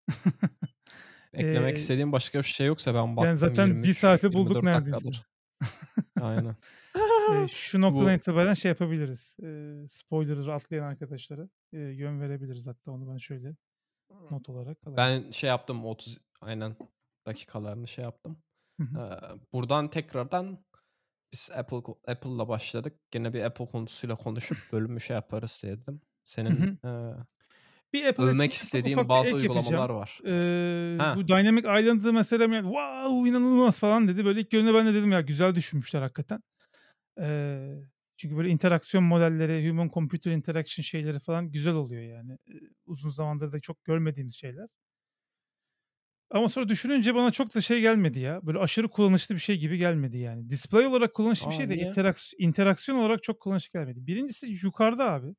Eklemek Eee, istediğim başka bir şey yoksa ben yani baktım zaten bir saati bulduk 23-24 neredeyse. dakikadır. Aynen. Şu noktadan Bu itibaren şey yapabiliriz. Spoiler'ı atlayan arkadaşlara yön verebiliriz hatta onu ben şöyle not olarak alayım. ben şey yaptım 30 aynen dakikalarını şey yaptım. Hı hı. Eee, buradan tekrardan biz Apple'la başladık. Gene bir Apple konusuyla konuşup bölümü şey yaparız diye dedim. Hı Senin, hı. Bir Apple övmek istediğin ufak bir bazı ek uygulamalar yapacağım. var. Bu Ha, Dynamic Island'ı mesela yani "Wow, inanılmaz!" falan dedi. Böyle ilk gördüğümde ben de dedim ya güzel düşünmüşler hakikaten. Çünkü böyle interaksiyon modelleri, human computer interaction şeyleri falan güzel oluyor yani. Uzun zamandır da çok görmediğimiz şeyler. Ama sonra düşününce bana çok da şey gelmedi ya. Böyle aşırı kullanışlı bir şey gibi gelmedi yani. Display olarak kullanışlı bir a, şey de niye? interaksiyon olarak çok kullanışlı gelmedi. Birincisi yukarıda abi.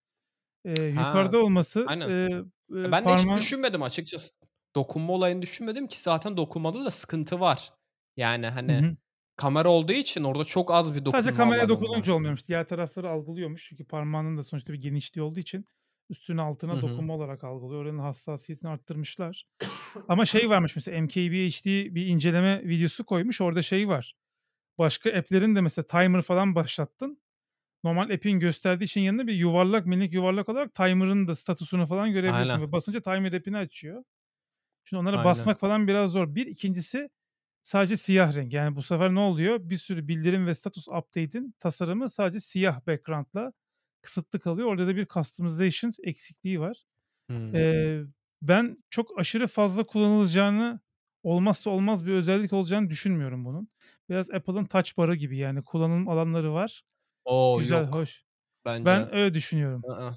Ha, Yukarıda olması, aynen. Ben de hiç parmağın. düşünmedim açıkçası. Dokunma olayını düşünmedim ki zaten dokunmada da sıkıntı var. Yani, Hı hani, hı. kamera olduğu için orada çok az bir Sadece dokunma kameraya alanın var dokununca senin. olmuyormuş. Diğer tarafları algılıyormuş. Çünkü parmağının da sonuçta bir genişliği olduğu için üstüne Hı altına hı. dokunma olarak algılıyor. Oranın hassasiyetini arttırmışlar. Ama şey varmış mesela MKBHD bir inceleme videosu koymuş. Orada şey var. Başka app'lerin de mesela timer falan başlattın. Normal app'in gösterdiği şeyin yanında bir yuvarlak, minik yuvarlak olarak timer'ın da statusunu falan görebiliyorsun Aynen, ve basınca timer app'ini açıyor. Şimdi onlara aynen. basmak falan biraz zor. Bir, ikincisi sadece siyah renk. Yani bu sefer ne oluyor? Bir sürü bildirim ve status update'in tasarımı sadece siyah background'la kısıtlı kalıyor. Orada da bir customization eksikliği var. Hımm. Eee, ben çok aşırı fazla kullanılacağını, olmazsa olmaz bir özellik olacağını düşünmüyorum bunun. Biraz Apple'ın Touch Bar'ı gibi yani kullanım alanları var. O, Güzel, yok hoş. bence. Ben öyle düşünüyorum. I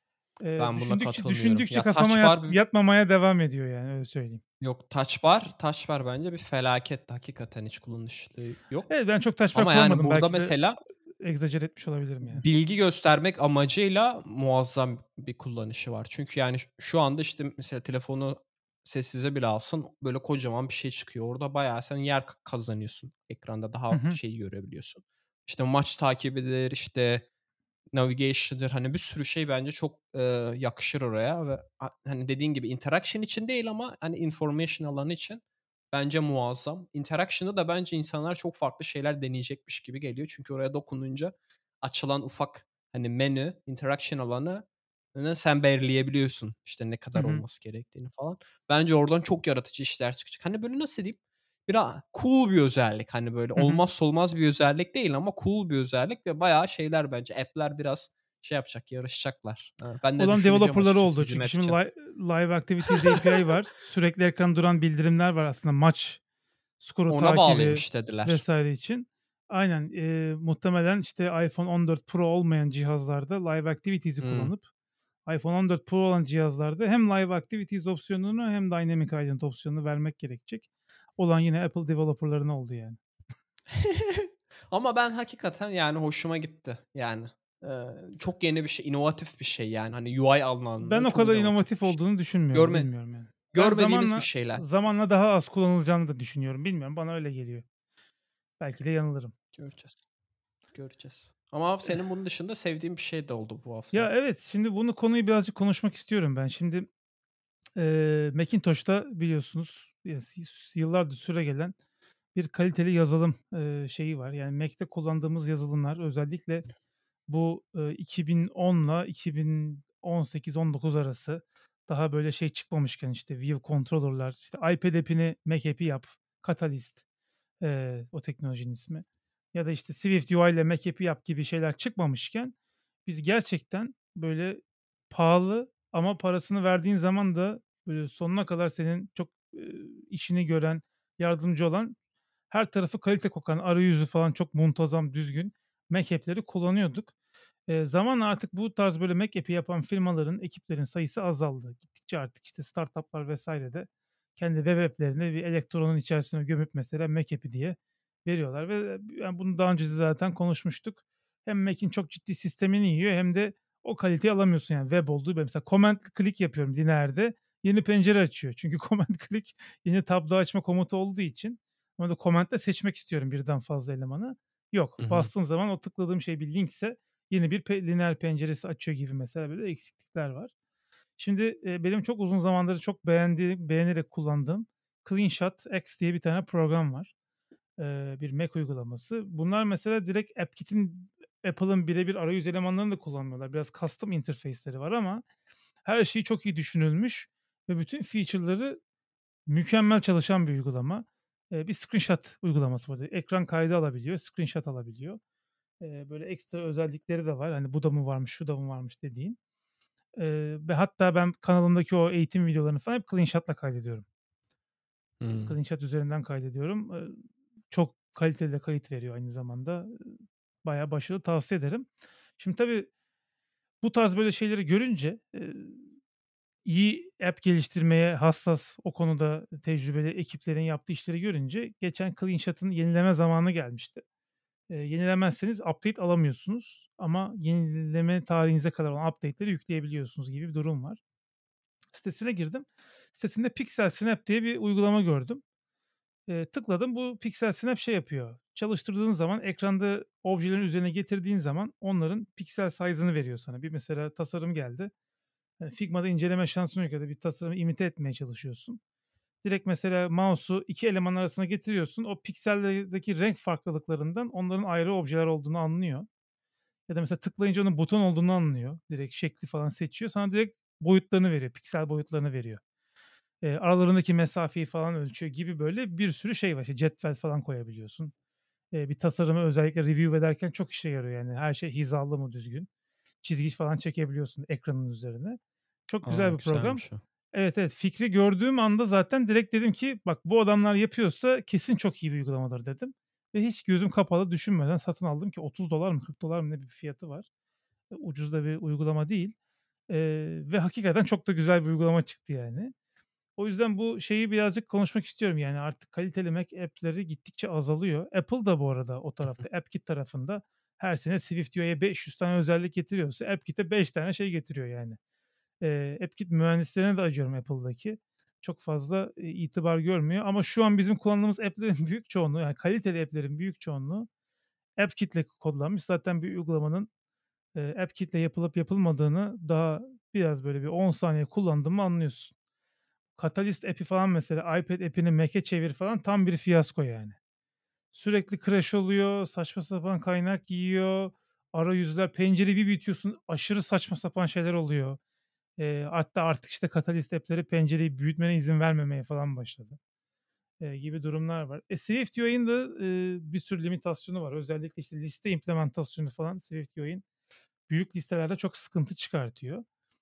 Ben buna katılmıyorum. Düşündükçe Ya, kafama Touch Bar yatmamaya devam ediyor yani öyle söyleyeyim. yok, Touch Bar bence bir felaket. Hakikaten hiç kullanışlı yok. Evet, ben çok Touch Bar Ama, yani, kullanmadım. burada Belki de mesela egzajere etmiş olabilirim yani. bilgi göstermek amacıyla muazzam bir kullanışı var. Çünkü, yani, şu anda, işte, mesela telefonu sessize bile alsın, böyle kocaman bir şey çıkıyor. Orada bayağı sen yer kazanıyorsun. Ekranda Hı daha hı. şeyi görebiliyorsun. İşte, maç takibidir, işte, navigation'dır, hani, bir sürü şey bence çok, yakışır oraya ve hani, dediğin gibi interaction için değil ama, hani, information alanı için bence muazzam. Interaction'da da bence insanlar çok farklı şeyler deneyecekmiş gibi geliyor. Çünkü oraya dokununca açılan ufak, hani, menü, interaction alanını sen belirleyebiliyorsun. İşte, ne Hı kadar hı. olması gerektiğini falan. Bence oradan çok yaratıcı işler çıkacak. Hani, böyle, nasıl diyeyim, cool bir özellik. Hani, böyle, Hı hı. olmazsa olmaz bir özellik değil ama cool bir özellik ve bayağı şeyler bence app'ler biraz şey yapacak, yarışacaklar. Ben de Olan düşüneceğim developer'ları açıkçası oldu. bizim Çünkü app şimdi için. Live Activities API var. Sürekli ekranda duran bildirimler var aslında maç skoru Ona takibi bağlıymış dediler. vs. için. Aynen, muhtemelen, işte, iPhone 14 Pro olmayan cihazlarda Live Activities'i Hımm. kullanıp iPhone 14 Pro olan cihazlarda hem Live Activities opsiyonunu hem Dynamic Island opsiyonunu vermek gerekecek. Olan yine Apple developer'ların oldu yani. Ama ben hakikaten, yani, hoşuma gitti. Yani, çok yeni bir şey, inovatif bir şey, yani. Hani, UI Ben anlamında o çok kadar inovatif inovatif bir şey. olduğunu düşünmüyorum, Görme bilmiyorum yani. Ben görmediğimiz bir şeyler. zamanla daha az kullanılacağını da düşünüyorum. Bilmiyorum, bana öyle geliyor. Belki de yanılırım. Göreceğiz, göreceğiz. Ama senin bunun dışında sevdiğin bir şey de oldu bu hafta. Ya, evet, şimdi konuyu birazcık konuşmak istiyorum ben. Şimdi, Macintosh'ta biliyorsunuz, yıllardır süregelen bir kaliteli yazılım, şeyi var. Yani Mac'te kullandığımız yazılımlar özellikle bu, 2010'la 2018-19 arası daha böyle şey çıkmamışken, işte, View controller'lar, işte, iPad app'ini Mac app'i yap, Catalyst, o teknolojinin ismi ya da, işte, Swift UI ile Mac app'i yap gibi şeyler çıkmamışken biz gerçekten böyle pahalı ama parasını verdiğin zaman da böyle sonuna kadar senin çok, işini gören, yardımcı olan, her tarafı kalite kokan, arayüzü falan çok muntazam, düzgün Mac app'leri kullanıyorduk. Zamanla artık bu tarz böyle Mac app'i yapan firmaların, ekiplerin sayısı azaldı. Gittikçe artık işte startup'lar vs. de kendi web app'lerini bir elektronun içerisine gömüp mesela Mac app'i diye veriyorlar ve yani bunu daha önce de zaten konuşmuştuk. Hem Mac'in çok ciddi sistemini yiyor hem de o kaliteyi alamıyorsun yani web olduğu gibi. Mesela command click yapıyorum Linear'de, yeni pencere açıyor. Çünkü command click yeni tablo açma komutu olduğu için onu da command'le seçmek istiyorum birden fazla elemanı. Yok. Hı hı. Bastığım zaman o tıkladığım şey bir linkse yeni bir lineer penceresi açıyor gibi mesela böyle eksiklikler var. Şimdi, benim çok uzun zamandır çok beğenerek kullandığım CleanShot X diye bir tane program var. Bir Mac uygulaması. Bunlar mesela direkt Apple'ın birebir arayüz elemanlarını da kullanmıyorlar. Biraz custom interface'leri var ama her şey çok iyi düşünülmüş ve bütün feature'ları mükemmel çalışan bir uygulama. Bir screenshot uygulaması var. Ekran kaydı alabiliyor, screenshot alabiliyor. Böyle ekstra özellikleri de var. Hani bu da mı varmış, şu da mı varmış dediğin. Ve hatta ben kanalımdaki o eğitim videolarını falan hep CleanShot'la kaydediyorum. Hımm. CleanShot üzerinden kaydediyorum. Çok kaliteli de kayıt veriyor aynı zamanda. Bayağı başarılı, tavsiye ederim. Şimdi tabii bu tarz böyle şeyleri görünce, iyi app geliştirmeye hassas, o konuda tecrübeli ekiplerin yaptığı işleri görünce geçen CleanShot'ın yenileme zamanı gelmişti. Yenilemezseniz update alamıyorsunuz ama yenileme tarihinize kadar olan update'leri yükleyebiliyorsunuz gibi bir durum var. Sitesine girdim. Sitesinde Pixel Snap diye bir uygulama gördüm. Tıkladım. Bu Pixel Snap şey yapıyor. Çalıştırdığın zaman ekranda objelerin üzerine getirdiğin zaman onların piksel size'ını veriyor sana. Bir mesela tasarım geldi. Figma'da inceleme şansın yok ya da bir tasarımı imite etmeye çalışıyorsun. Direkt mesela mouse'u 2 eleman arasına getiriyorsun. O piksellerdeki renk farklılıklarından onların ayrı objeler olduğunu anlıyor. Ya da mesela tıklayınca onun buton olduğunu anlıyor. Direkt şekli falan seçiyor. Sana direkt boyutlarını veriyor. Piksel boyutlarını veriyor. Aralarındaki mesafeyi falan ölçüyor gibi böyle bir sürü şey var. İşte cetvel falan koyabiliyorsun. Bir tasarımı özellikle review ederken çok işe yarıyor yani. Her şey hizalı mı düzgün. Çizgi falan çekebiliyorsun ekranın üzerine. Çok A, güzel bir program. güzelmiş o. Evet, evet. Fikri gördüğüm anda zaten direkt dedim ki bak bu adamlar yapıyorsa kesin çok iyi bir uygulamadır dedim. Ve hiç gözüm kapalı düşünmeden satın aldım ki $30 mı $40 mı ne bir fiyatı var. Ucuz da bir uygulama değil. Ve hakikaten çok da güzel bir uygulama çıktı yani. O yüzden bu şeyi birazcık konuşmak istiyorum. Yani artık kaliteli Mac app'leri gittikçe azalıyor. Apple da bu arada o Hı hı. tarafta AppKit tarafında her sene SwiftUI'ye 500 tane özellik getiriyorsa AppKit'e 5 tane şey getiriyor yani. AppKit mühendislerine de acıyorum Apple'daki. Çok fazla, itibar görmüyor ama şu an bizim kullandığımız app'lerin büyük çoğunluğu, yani kaliteli app'lerin büyük çoğunluğu AppKit'le kodlanmış. Zaten bir uygulamanın, AppKit'le yapılıp yapılmadığını daha biraz böyle bir 10 saniye kullandın mı anlıyorsun. Catalyst app'i falan mesela iPad app'ini Mac'e çevir falan tam bir fiyasko yani. Sürekli crash oluyor, saçma sapan kaynak yiyor, arayüzler, pencereyi bir büyütüyorsun, aşırı saçma sapan şeyler oluyor. Hatta artık işte Catalyst app'leri pencereyi büyütmene izin vermemeye falan başladı, gibi durumlar var. SwiftUI'nin de, bir sürü limitasyonu var. Özellikle işte liste implementasyonu falan SwiftUI'nin büyük listelerde çok sıkıntı çıkartıyor.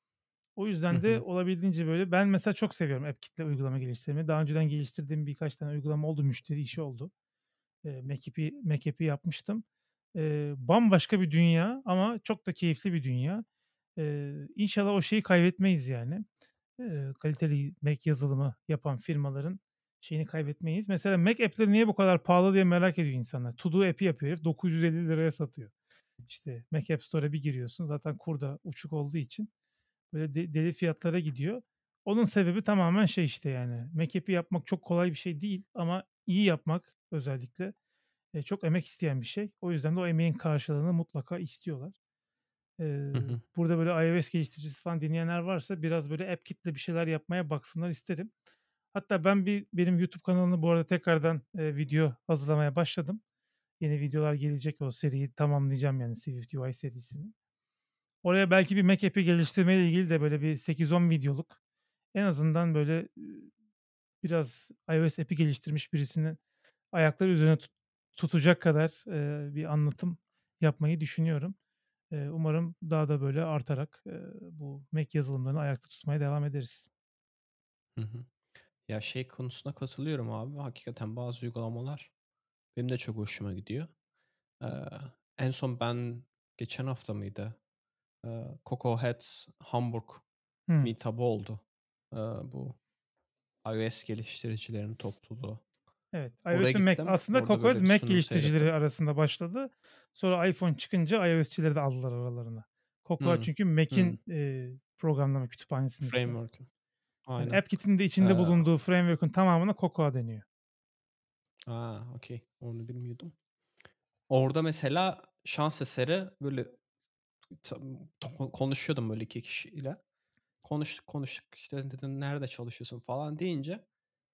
O Hı yüzden de hı. olabildiğince böyle ben mesela çok seviyorum AppKit'le uygulama geliştirmeyi. Daha önceden geliştirdiğim birkaç tane uygulama oldu, müşteri işi oldu. Mac app'i yapmıştım. Bambaşka bir dünya ama çok da keyifli bir dünya. İnşallah o şeyi kaybetmeyiz yani. Kaliteli Mac yazılımı yapan firmaların şeyini kaybetmeyiz. Mesela Mac app'leri niye bu kadar pahalı diye merak ediyor insanlar. To Do app'i yapıyor herif, 950 liraya satıyor. İşte Mac App Store'a bir giriyorsun, zaten kur da uçuk olduğu için böyle deli fiyatlara gidiyor. Onun sebebi tamamen şey işte yani. Mac app'i yapmak çok kolay bir şey değil ama iyi yapmak özellikle çok emek isteyen bir şey. O yüzden de o emeğin karşılığını mutlaka istiyorlar. Hı hı. Burada böyle iOS geliştiricisi falan dinleyenler varsa biraz böyle AppKit'le bir şeyler yapmaya baksınlar isterim. Hatta benim YouTube kanalını bu arada tekrardan, video hazırlamaya başladım. Yeni videolar gelecek. O seriyi tamamlayacağım yani SwiftUI serisini. Oraya belki bir Mac app'i geliştirmeyle ilgili de böyle bir 8-10 videoluk en azından böyle, biraz iOS app'i geliştirmiş birisinin ayakları üzerine tutacak kadar, bir anlatım yapmayı düşünüyorum. Umarım daha da böyle artarak, bu Mac yazılımlarını ayakta tutmaya devam ederiz. Hı hı. Ya, şey konusuna katılıyorum abi. Hakikaten bazı uygulamalar benim de çok hoşuma gidiyor. Eee, En son ben geçen hafta mıydı? Cocoa Heads Hamburg Hımm. meetup'ı oldu. Bu iOS geliştiricilerin topluluğu. Evet, Oraya iOS ve Mac gittim. aslında Orada Cocos böyle bir Mac sunum geliştiricileri seyrettim. arasında başladı. Sonra iPhone çıkınca iOS'çileri de aldılar aralarına. Cocoa Hımm. çünkü Hımm. Mac'in, programlama kütüphanesinin ismi. Framework'ü. Yani Aynen. AppKit'in de içinde Eee, bulunduğu framework'ün tamamına Cocoa deniyor. okay. Onu bilmiyordum. Orada mesela şans eseri böyle konuşuyordum böyle 2 kişiyle. Konuştuk, konuştuk. İşte dedim, "Nerede çalışıyorsun?" falan deyince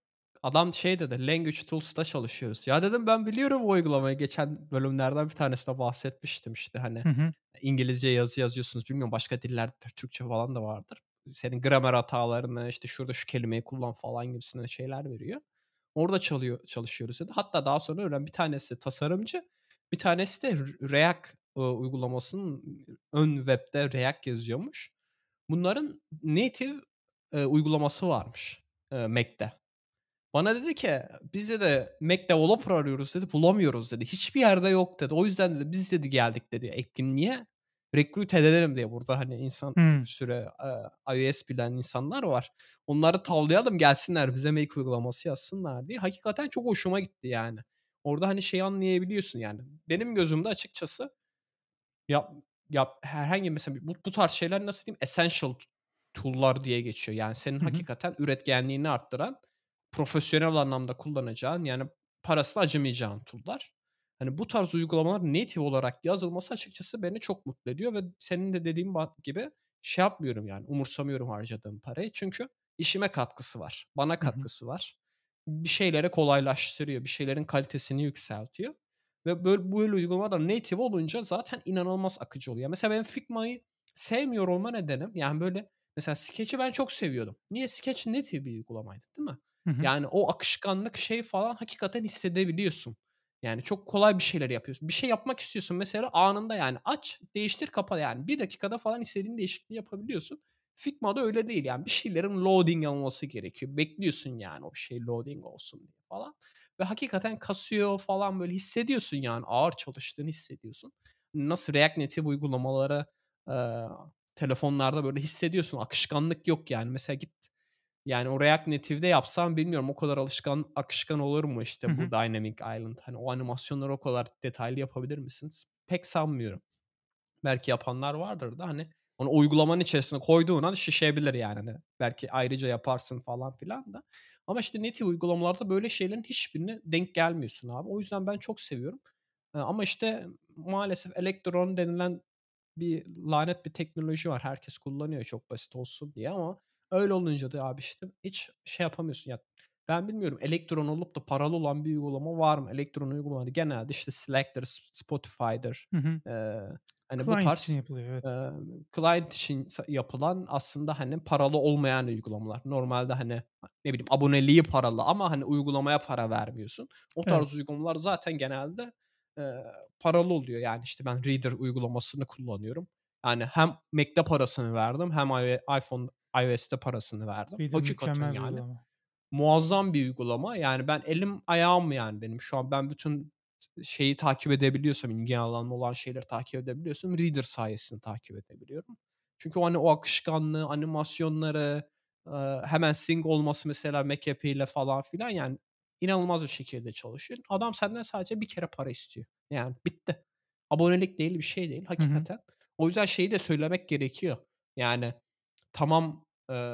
adam şey dedi, "Language Tools'ta çalışıyoruz." Ya dedim, "Ben biliyorum o uygulamayı." Geçen bölümlerden bir tanesinde bahsetmiştim işte, hani, Hı hı. İngilizce yazı yazıyorsunuz. Bilmiyorum başka dillerde Türkçe falan da vardır. Senin gramer hatalarını, işte, şurada şu kelimeyi kullan falan gibisinden şeyler veriyor. Orada çalışıyoruz dedi. Hatta daha sonra öğren bir tanesi tasarımcı, bir tanesi de React, uygulamasının ön web'de React yazıyormuş. Bunların native, uygulaması varmış, Mac'te. Bana dedi ki, "Biz" dedi, "Mac developer arıyoruz." dedi, "Bulamıyoruz." dedi. "Hiçbir yerde yok." dedi. "O yüzden" dedi, "Biz" dedi, "geldik." dedi, etkinliğe. Recruit edelim diye burada, hani, bir Hımm. süre, iOS bilen insanlar var. Onları tavlayalım gelsinler bize Mac uygulaması yazsınlar diye. Hakikaten çok hoşuma gitti yani. Orada, hani, şeyi anlayabiliyorsun yani. Benim gözümde açıkçası Yap herhangi mesela bu tarz şeyler nasıl diyeyim, essential tool'lar diye geçiyor. Yani senin Hı hı. hakikaten üretkenliğini arttıran, profesyonel anlamda kullanacağın, yani parasına acımayacağın tool'lar. Hani bu tarz uygulamalar native olarak yazılması açıkçası beni çok mutlu ediyor ve senin de dediğin gibi şey yapmıyorum yani, umursamıyorum harcadığım parayı. Çünkü işime katkısı var, bana Hı hı. katkısı var. Bir şeyleri kolaylaştırıyor, bir şeylerin kalitesini yükseltiyor. Ve böyle uygulamalar native olunca zaten inanılmaz akıcı oluyor. Mesela ben Figma'yı sevmiyor olma nedenim, yani, böyle, mesela Sketch'i ben çok seviyordum. Niye? Sketch native bir uygulamaydı, değil mi? Hı hı. Yani, o akışkanlık, şey falan hakikaten hissedebiliyorsun. Yani, çok kolay bir şeyler yapıyorsun. Bir şey yapmak istiyorsun mesela anında, yani, aç, değiştir, kapa, yani, bir dakikada falan istediğin değişikliği yapabiliyorsun. Figma'da öyle değil, yani, bir şeylerin loading alması gerekiyor. Bekliyorsun, yani, o şey loading olsun diye falan. Ve hakikaten kasıyor falan böyle hissediyorsun yani ağır çalıştığını hissediyorsun. Nasıl React Native uygulamaları, eee, telefonlarda böyle hissediyorsun. Akışkanlık yok yani. Mesela git yani o React Native'de yapsan bilmiyorum o kadar akışkan olur mu Hı işte bu hı. Dynamic Island? Hani o animasyonları o kadar detaylı yapabilir misiniz? Pek sanmıyorum. Belki yapanlar vardır da hani onu uygulamanın içerisine koyduğun an şişebilir yani hani. Belki ayrıca yaparsın falan filan da. Ama işte native uygulamalarda böyle şeylerin hiçbirine denk gelmiyorsun abi. O yüzden ben çok seviyorum. Ama işte maalesef elektron denilen lanet bir teknoloji var. Herkes kullanıyor çok basit olsun diye ama öyle olunca da abi işte hiç şey yapamıyorsun ya. Ben bilmiyorum elektron olup da paralı olan bir uygulama var mı? Elektron uygulamaları genelde işte Slack'tır, Spotify'dır. Hı hı. Eee, Hani bu Client için tarz, yapılıyor, evet. eee, client için yapılan aslında, hani, paralı olmayan uygulamalar. Normalde, hani, ne bileyim, aboneliği paralı ama, hani, uygulamaya para vermiyorsun. O Evet. tarz uygulamalar zaten genelde, eee, paralı oluyor. Yani, işte, ben Reader uygulamasını kullanıyorum. Yani hem Mac'te parasını verdim hem iPhone iOS'te parasını verdim. Reader Hakikaten, mükemmel bir yani, uygulama. muazzam bir uygulama. Yani ben elim ayağım yani benim şu an ben bütün şeyi takip edebiliyorsam, ilgi alanım olan şeyleri takip edebiliyorsam Reader sayesinde takip edebiliyorum. Çünkü o, hani, o akışkanlığı, animasyonları, hemen sync olması mesela Mac app'iyle falan filan yani inanılmaz bir şekilde çalışıyor. Adam senden sadece bir kere para istiyor. Yani bitti. Abonelik değil, bir şey değil Hı hı. hakikaten. O yüzden şeyi de söylemek gerekiyor. Yani tamam,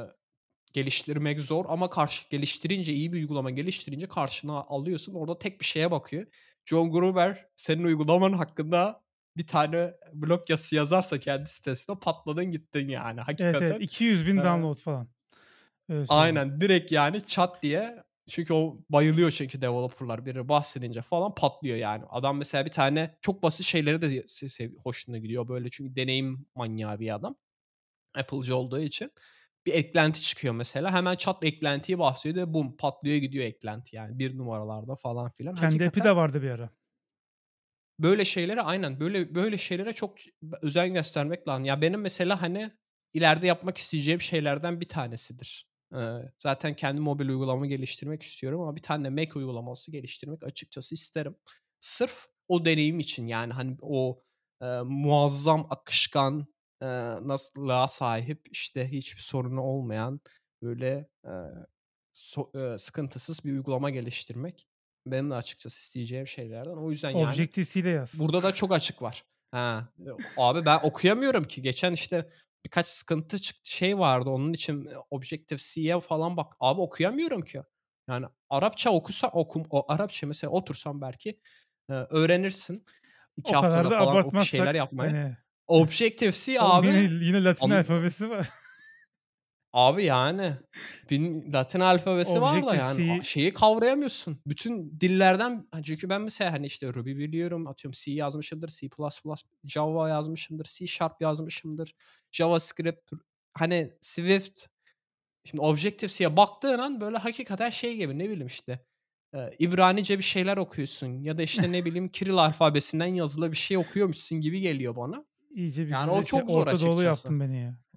geliştirmek zor ama geliştirince, iyi bir uygulama geliştirince karşına alıyorsun. Orada tek bir şeye bakıyor. John Gruber senin uygulaman hakkında bir tane blog yazısı yazarsa kendi sitesine patladın gittin yani Evet, evet. hakikaten. 200.000 Eee download falan. Öyle söyleyeyim. Aynen direkt yani çat diye çünkü o bayılıyor çünkü developer'lar biri bahsedince falan patlıyor yani. Adam mesela bir tane çok basit şeyleri de hoşuna gidiyor böyle çünkü deneyim manyağı bir adam. Apple'cı olduğu için. Bir eklenti çıkıyor mesela. Hemen çat eklentiyi bahsediyor. Bum patlıyor gidiyor eklenti yani. Bir numaralarda falan filan. Kendi app'i Hakikaten de vardı bir ara. böyle şeylere aynen böyle şeylere çok özen göstermek lazım. Ya benim mesela hani ileride yapmak isteyeceğim şeylerden bir tanesidir. Zaten kendi mobil uygulamamı geliştirmek istiyorum ama bir tane de Mac uygulaması geliştirmek açıkçası isterim. Sırf o deneyim için yani hani o muazzam akışkan nasıllığa sahip işte hiçbir sorunu olmayan böyle sıkıntısız bir uygulama geliştirmek benim de açıkçası isteyeceğim şeylerden. O yüzden yani Objective-C ile yaz. burada da çok açık var. Ha, abi ben okuyamıyorum ki. Geçen işte birkaç sıkıntı şey vardı. Onun için Objective-C'ye falan bak. Abi okuyamıyorum ki. Yani Arapça o Arapça mesela otursam belki öğrenirsin. O 2 kadar haftada da falan o şeyler abartmazsak yapmaya. hani Objective-C oğlum abi yine Latin an alfabesi var. Abi, yani, Latin alfabesi var da, yani, Objective-C şeyi kavrayamıyorsun. Bütün dillerden çünkü ben mesela, hani, işte, Ruby biliyorum, atıyorum C yazmışımdır, C++, Java yazmışımdır, C# yazmışımdır, JavaScript, hani, Swift. Şimdi Objective-C'ye baktığın an, böyle, hakikaten şey gibi, ne bileyim, işte, İbranice bir şeyler okuyorsun ya da, işte, ne bileyim, Kiril alfabesinden yazılı bir şey okuyormuşsun gibi geliyor bana. iyice Yani, o bizi çok zor Orta Doğulu açıkçası. yaptın beni ya.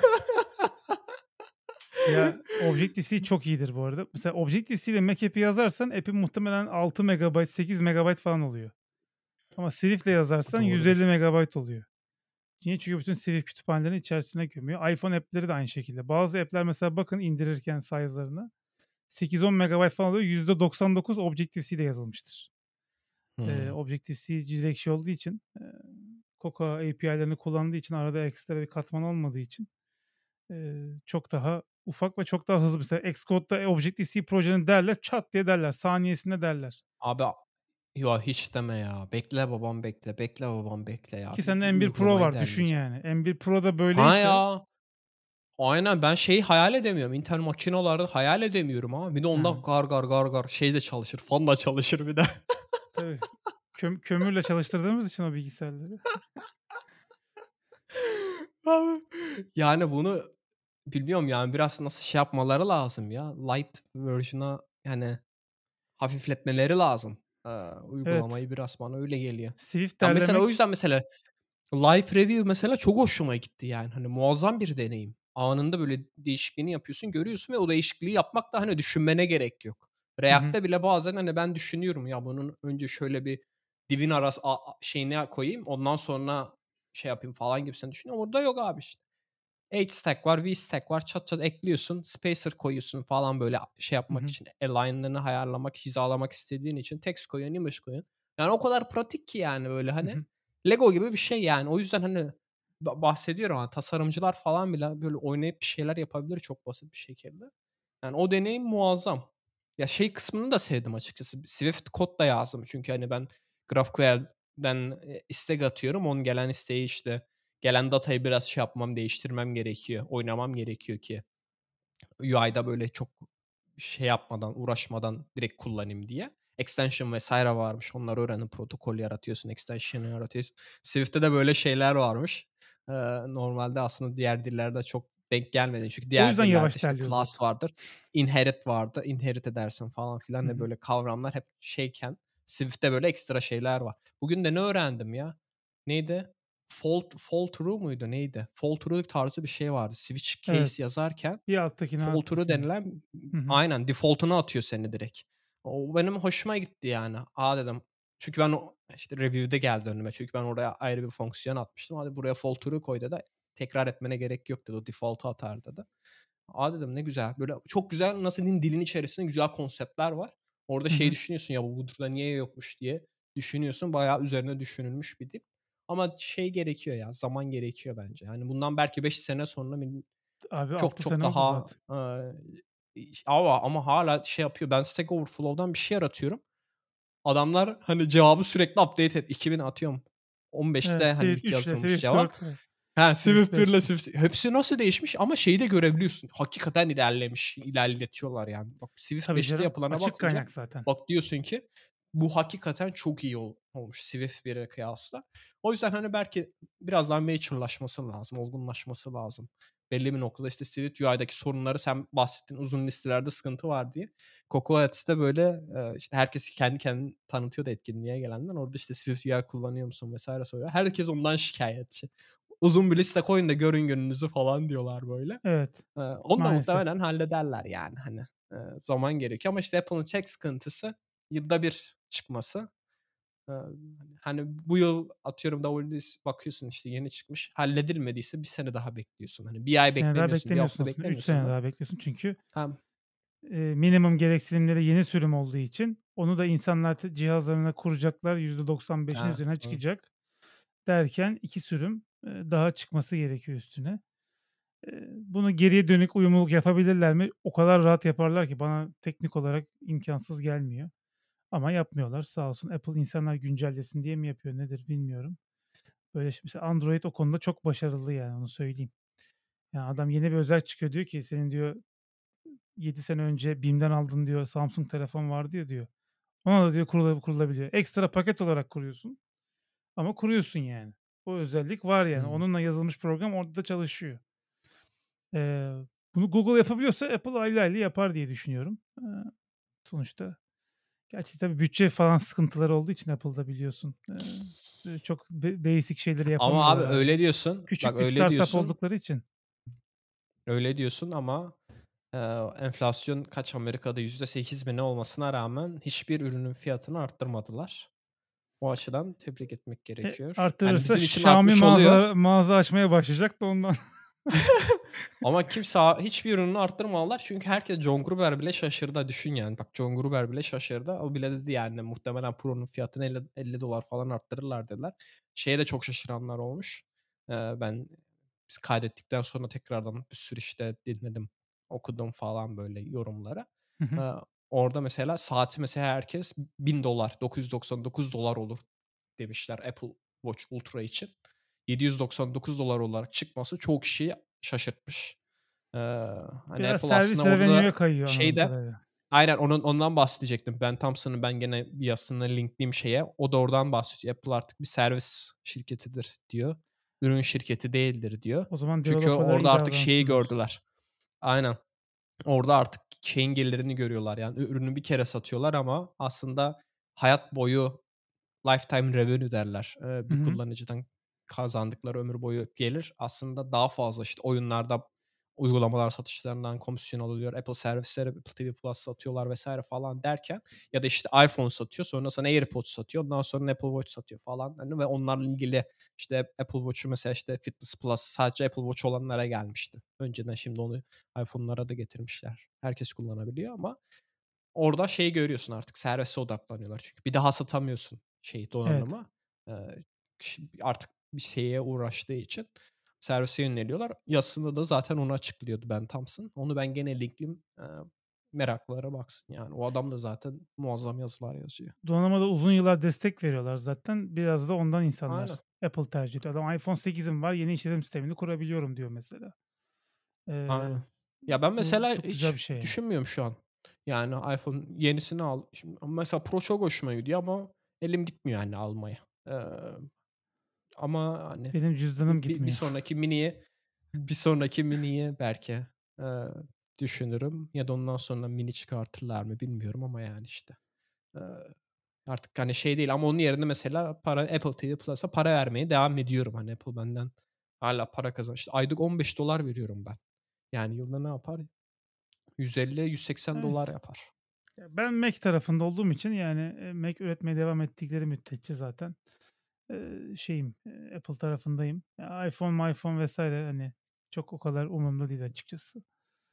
Ya Objective-C çok iyidir bu arada. Mesela Objective-C ile Mac app'i yazarsan app'in muhtemelen 6 megabayt, 8 megabayt falan oluyor. Ama Swift'le yazarsan 150 Doğrudur. megabayt oluyor. Niye? Çünkü bütün Swift kütüphanelerini içerisine gömüyor. iPhone app'leri de aynı şekilde. Bazı app'ler mesela bakın indirirken size'larına 8-10 megabayt falan oluyor. %99 Objective-C ile yazılmıştır. Hımm. Objective-C direkt şey olduğu için, Cocoa API'lerini kullandığı için arada ekstra bir katman olmadığı için çok daha ufak ve çok daha hızlı. Mesela Xcode'da Objective-C projenin derler, çat diye derler. Saniyesinde derler. Abi, yo, hiç deme ya. Bekle babam bekle, bekle babam bekle ya. Ki Bir sende M1 Pro uygulamayı var düşün derleyeceğim. yani. M1 Pro'da Ha böyleyse ya. Aynen ben şeyi hayal edemiyorum. Intel makinaları hayal edemiyorum ama bir de onda ha, gar gar gar gar şey de çalışır. Fan da çalışır bir de. tabii kömürle çalıştırdığımız için o bilgisayarları. Abi, yani bunu bilmiyorum yani biraz nasıl şey yapmaları lazım ya. Light version'a yani hafifletmeleri lazım. Evet. Uygulamayı biraz bana öyle geliyor. Swift Ya mesela o derlemek. yüzden mesela Live review mesela çok hoşuma gitti yani. Hani muazzam bir deneyim. Anında böyle değişikliğini yapıyorsun, görüyorsun ve o değişikliği yapmak da hani düşünmene gerek yok. Hı hı. React'te bile bazen hani ben düşünüyorum ya bunun önce şöyle bir divin arası şeyine koyayım ondan sonra şey yapayım falan gibisinden düşünüyorum. Orada yok abi işte. H-stack var, V-stack var. Çat çat ekliyorsun. Spacer koyuyorsun falan böyle şey Hı yapmak hı. için. Align'ını ayarlamak, hizalamak istediğin için text koyuyorsun, image koyuyorsun. Yani o kadar pratik ki yani böyle Hı hani hı. Lego gibi bir şey yani. O yüzden hani bahsediyorum hani tasarımcılar falan bile böyle oynayıp bir şeyler yapabilir çok basit bir şekilde. Yani o deneyim muazzam. Ya şey kısmını da sevdim açıkçası. Swift kod da yazdım çünkü hani ben GraphQL'den istek atıyorum. Onun gelen isteği işte gelen datayı biraz şey yapmam, değiştirmem gerekiyor, oynamam gerekiyor ki UI'da böyle çok şey yapmadan, uğraşmadan direkt kullanayım diye. Extension vs. varmış. Onları öğrenip protokol yaratıyorsun, extension yaratıyorsun. Swift'te de böyle şeyler varmış. Normalde aslında diğer dillerde çok denk gelmedi. Çünkü O diğer yüzden dillerde yavaş işte derliyor class zaten. vardır, inherit vardı, inherit edersin falan Hı filan ne hı. böyle kavramlar hep şeyken Swift'te böyle ekstra şeyler var. Bugün de ne öğrendim ya? Neydi? Fall through muydu? Neydi? Fall through tarzı bir şey vardı. Switch Evet. case yazarken Bir alttakini fall attı through seni. denilen Hı hı. aynen default'una atıyor seni direkt. O benim hoşuma gitti yani. A, dedim. Çünkü ben o işte review'de geldi önüme. Çünkü ben oraya ayrı bir fonksiyon atmıştım. Hadi buraya fall through koy dedi. Tekrar etmene gerek yok dedi. O default'a atar dedi. A, dedim ne güzel. Böyle çok güzel nasıl diyeyim dilin içerisinde güzel konseptler var. Orada Hı şey hı. düşünüyorsun ya bu burada niye yokmuş diye düşünüyorsun. Bayağı üzerine düşünülmüş bir dil. Ama şey gerekiyor ya zaman gerekiyor bence. Yani bundan belki 5 sene sonra Abi çok 6 çok sene oldu daha, zaten. ama hâlâ şey yapıyor. Ben Stack Overflow'dan bir şey yaratıyorum. Adamlar, hani, cevabı sürekli update et. 2000 atıyorum Evet, 15'te, hani, Swift ilk 3 ile yazılmış Swift cevap. 4 ile. Ha, Swift Swift 1 ile 5'te. Swift hepsi nasıl değişmiş ama şeyi de görebiliyorsun. Hakikaten ilerlemiş, ilerletiyorlar yani. Bak Swift Tabii 5'te canım. yapılana Açık bakınca kaynak zaten. bak diyorsun ki bu hakikaten çok iyi olmuş Swift 1'e kıyasla. O yüzden hani belki biraz daha mature'laşması lazım, olgunlaşması lazım. Belli bir noktada işte Swift UI'daki sorunları sen bahsettin uzun listelerde sıkıntı var diye. Cocoa Ads'te böyle işte herkes kendi kendini tanıtıyordu etkinliğe gelenler. Orada işte Swift UI kullanıyor musun vesaire soruyor. Herkes ondan şikayetçi. Uzun bir liste koyun da görün gününüzü falan diyorlar böyle. Evet. Onu da Maalesef. muhtemelen hallederler yani hani. Zaman gerekiyor ama işte Apple'ın tek sıkıntısı yılda bir çıkması. Hani bu yıl atıyorum WWDC bakıyorsun işte yeni çıkmış. Halledilmediyse bir sene daha bekliyorsun. Hani bir Bir ay sene daha beklemiyorsun, bir beklemiyorsun hafta aslında. 3 beklemiyorsun sene da. daha bekliyorsun. Çünkü Hem minimum gereksinimleri yeni sürüm olduğu için onu da insanlar cihazlarına kuracaklar. %95'in ha, üzerine hı. çıkacak derken 2 sürüm daha çıkması gerekiyor üstüne. Bunu geriye dönük uyumluluk yapabilirler mi? O kadar rahat yaparlar ki bana teknik olarak imkansız gelmiyor. Ama yapmıyorlar. Sağ olsun Apple insanlar güncellesin diye mi yapıyor nedir bilmiyorum. Böyle mesela Android o konuda çok başarılı yani onu söyleyeyim. Yani adam yeni bir özellik çıkıyor diyor ki senin diyor 7 sene önce BİM'den aldın diyor Samsung telefon var diyor. Ona da diyor kurulabiliyor. Ekstra paket olarak kuruyorsun ama kuruyorsun yani. O özellik var yani. Hımm. Onunla yazılmış program orada da çalışıyor. Eee, Bunu Google yapabiliyorsa Apple ayrı ayrı yapar diye düşünüyorum. Sonuçta. Gerçi tabii bütçe falan sıkıntıları olduğu için Apple'da biliyorsun. Çok basic şeyleri Ama abi yapamıyorlar öyle hala. diyorsun. Bak Küçük bir öyle startup diyorsun. oldukları için. Öyle diyorsun ama enflasyon kaç Amerika'da %8 mi ne olmasına rağmen hiçbir ürünün fiyatını arttırmadılar. O açıdan tebrik etmek gerekiyor. Hani Arttırırsa bizim için Xiaomi artmış oluyor. mağaza açmaya başlayacak da ondan. Ama kimse hiçbir ürününü arttırmadılar. Çünkü herkes John Gruber bile şaşırdı. Düşün yani. Bak John Gruber bile şaşırdı. O bile dedi yani muhtemelen Pro'nun fiyatını 50 dolar falan arttırırlar dediler. Şeye de çok şaşıranlar olmuş. Ben biz kaydettikten sonra tekrardan bir sürü işte dinledim. Okudum falan böyle yorumlara. Hı hı. Eee, Orada mesela saati mesela herkes 1000 dolar, 999 dolar olur demişler Apple Watch Ultra için. 799 dolar olarak çıkması çok kişiyi şaşırtmış. Hani Biraz Apple servis aslında orada revenue'ya da kayıyor anladığım şeyde kadarıyla. aynen ondan bahsedecektim. Ben Thompson'ın ben gene bir yazısını linkleyeyim şeye. O da oradan bahsediyor. Apple artık bir servis şirketidir diyor. Ürün şirketi değildir diyor. O zaman Çünkü developer'lara orada iyi artık şeyi davransınlar. gördüler. Aynen. Orada artık şeyin gelirini görüyorlar. Yani ürünü bir kere satıyorlar ama aslında hayat boyu lifetime revenue derler. Hı Bir hı. kullanıcıdan kazandıkları ömür boyu gelir. Aslında daha fazla işte oyunlarda uygulamalar satışlarından komisyon alıyor. Apple servisleri, Apple TV Plus satıyorlar vesaire falan derken ya da işte iPhone satıyor. Sonra sana AirPods satıyor. Ondan sonra Apple Watch satıyor falan. Hani ve onlarla ilgili işte Apple Watch'u mesela işte Fitness Plus sadece Apple Watch olanlara gelmişti. Önceden şimdi onu iPhone'lara da getirmişler. Herkes kullanabiliyor ama orada şeyi görüyorsun artık servise odaklanıyorlar çünkü. Bir daha satamıyorsun Evet. donanımı. Artık bir şeye uğraştığı için servise yöneliyorlar. Yazısında da zaten onu açıklıyordu Ben Thompson. Onu ben gene linkleyeyim. Meraklılara baksın yani. O adam da zaten muazzam yazılar yazıyor. Donanıma da uzun yıllar destek veriyorlar zaten. Biraz da ondan Aynen, insanlar Apple tercih ediyor. Adam iPhone 8'im var yeni işletim sistemini kurabiliyorum diyor mesela. Eee, aynen. Ya ben Bu mesela çok güzel bir hiç şey yani. düşünmüyorum şu an. Yani iPhone yenisini al. Şimdi mesela Pro çok hoşuma gidiyor ama elim gitmiyor yani almaya. Eee Ama hani Benim cüzdanım bir gitmiyor. sonraki mini'yi belki, eee, düşünürüm ya da ondan sonra mini çıkartırlar mı bilmiyorum ama yani işte. Eee, Artık hani şey değil ama onun yerine mesela Apple TV Plus'a para vermeye devam ediyorum. Hani Apple benden hâlâ para işte aylık $15 veriyorum ben. Yani yılda ne yapar? Evet. $150-$180 yapar. Ya ben Mac tarafında olduğum için yani Mac üretmeye devam ettikleri müddetçe zaten şeyim Apple tarafındayım. Ya iPhone vesaire hani çok o kadar umurumda değil açıkçası.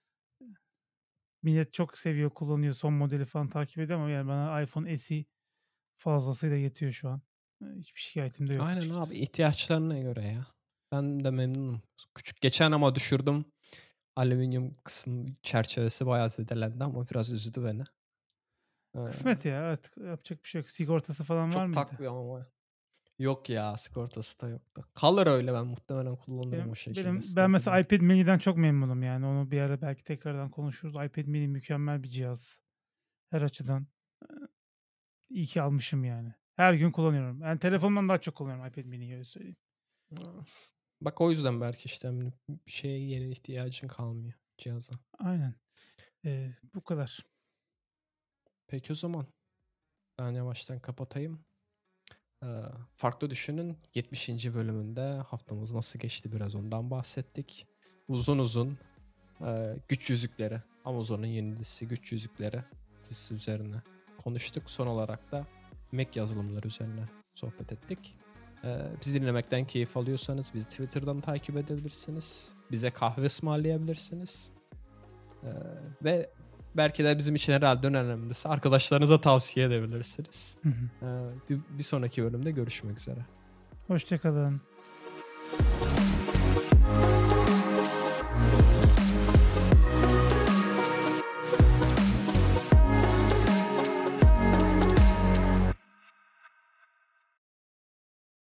Millet çok seviyor, kullanıyor, son modeli falan takip ediyor ama yani bana iPhone SE fazlasıyla yetiyor şu an. Hiçbir şikayetim de yok Aynen abi, açıkçası. ihtiyaçlarına göre ya. Ben de memnunum. Küçük geçen ama düşürdüm. Alüminyum kısmı çerçevesi bayağı zedelendi ama biraz üzdü beni. Kısmet Eee, ya artık yapacak bir şey yok. Sigortası falan var Çok mıydı? takmıyorum ama. Yok ya, sigortası da yoktu. Kalır öyle, ben muhtemelen kullanırım o şekilde. Ben Sıkıntı mesela değil. iPad mini'den çok memnunum yani. Onu bir ara belki tekrardan konuşuruz. iPad mini mükemmel bir cihaz. Her açıdan. İyi ki almışım yani. Her gün kullanıyorum. Yani telefonumdan daha çok kullanıyorum iPad mini'yi, öyle söyleyeyim. Bak o yüzden belki işte hani şeye yeni ihtiyacın kalmıyor cihaza. Aynen. Bu kadar. Peki o zaman ben yavaştan kapatayım. Farklı Düşün'ün 70. bölümünde haftamız nasıl geçti biraz ondan bahsettik. Uzun uzun Güç Yüzükleri, Amazon'un yeni dizisi Güç Yüzükleri dizisi üzerine konuştuk. Son olarak da Mac yazılımları üzerine sohbet ettik. Bizi dinlemekten keyif alıyorsanız bizi Twitter'dan takip edebilirsiniz. Bize kahve ısmarlayabilirsiniz. Ve belki de bizim için herhalde en önemlisi arkadaşlarınıza tavsiye edebilirsiniz. Bir sonraki bölümde görüşmek üzere. Hoşça kalın.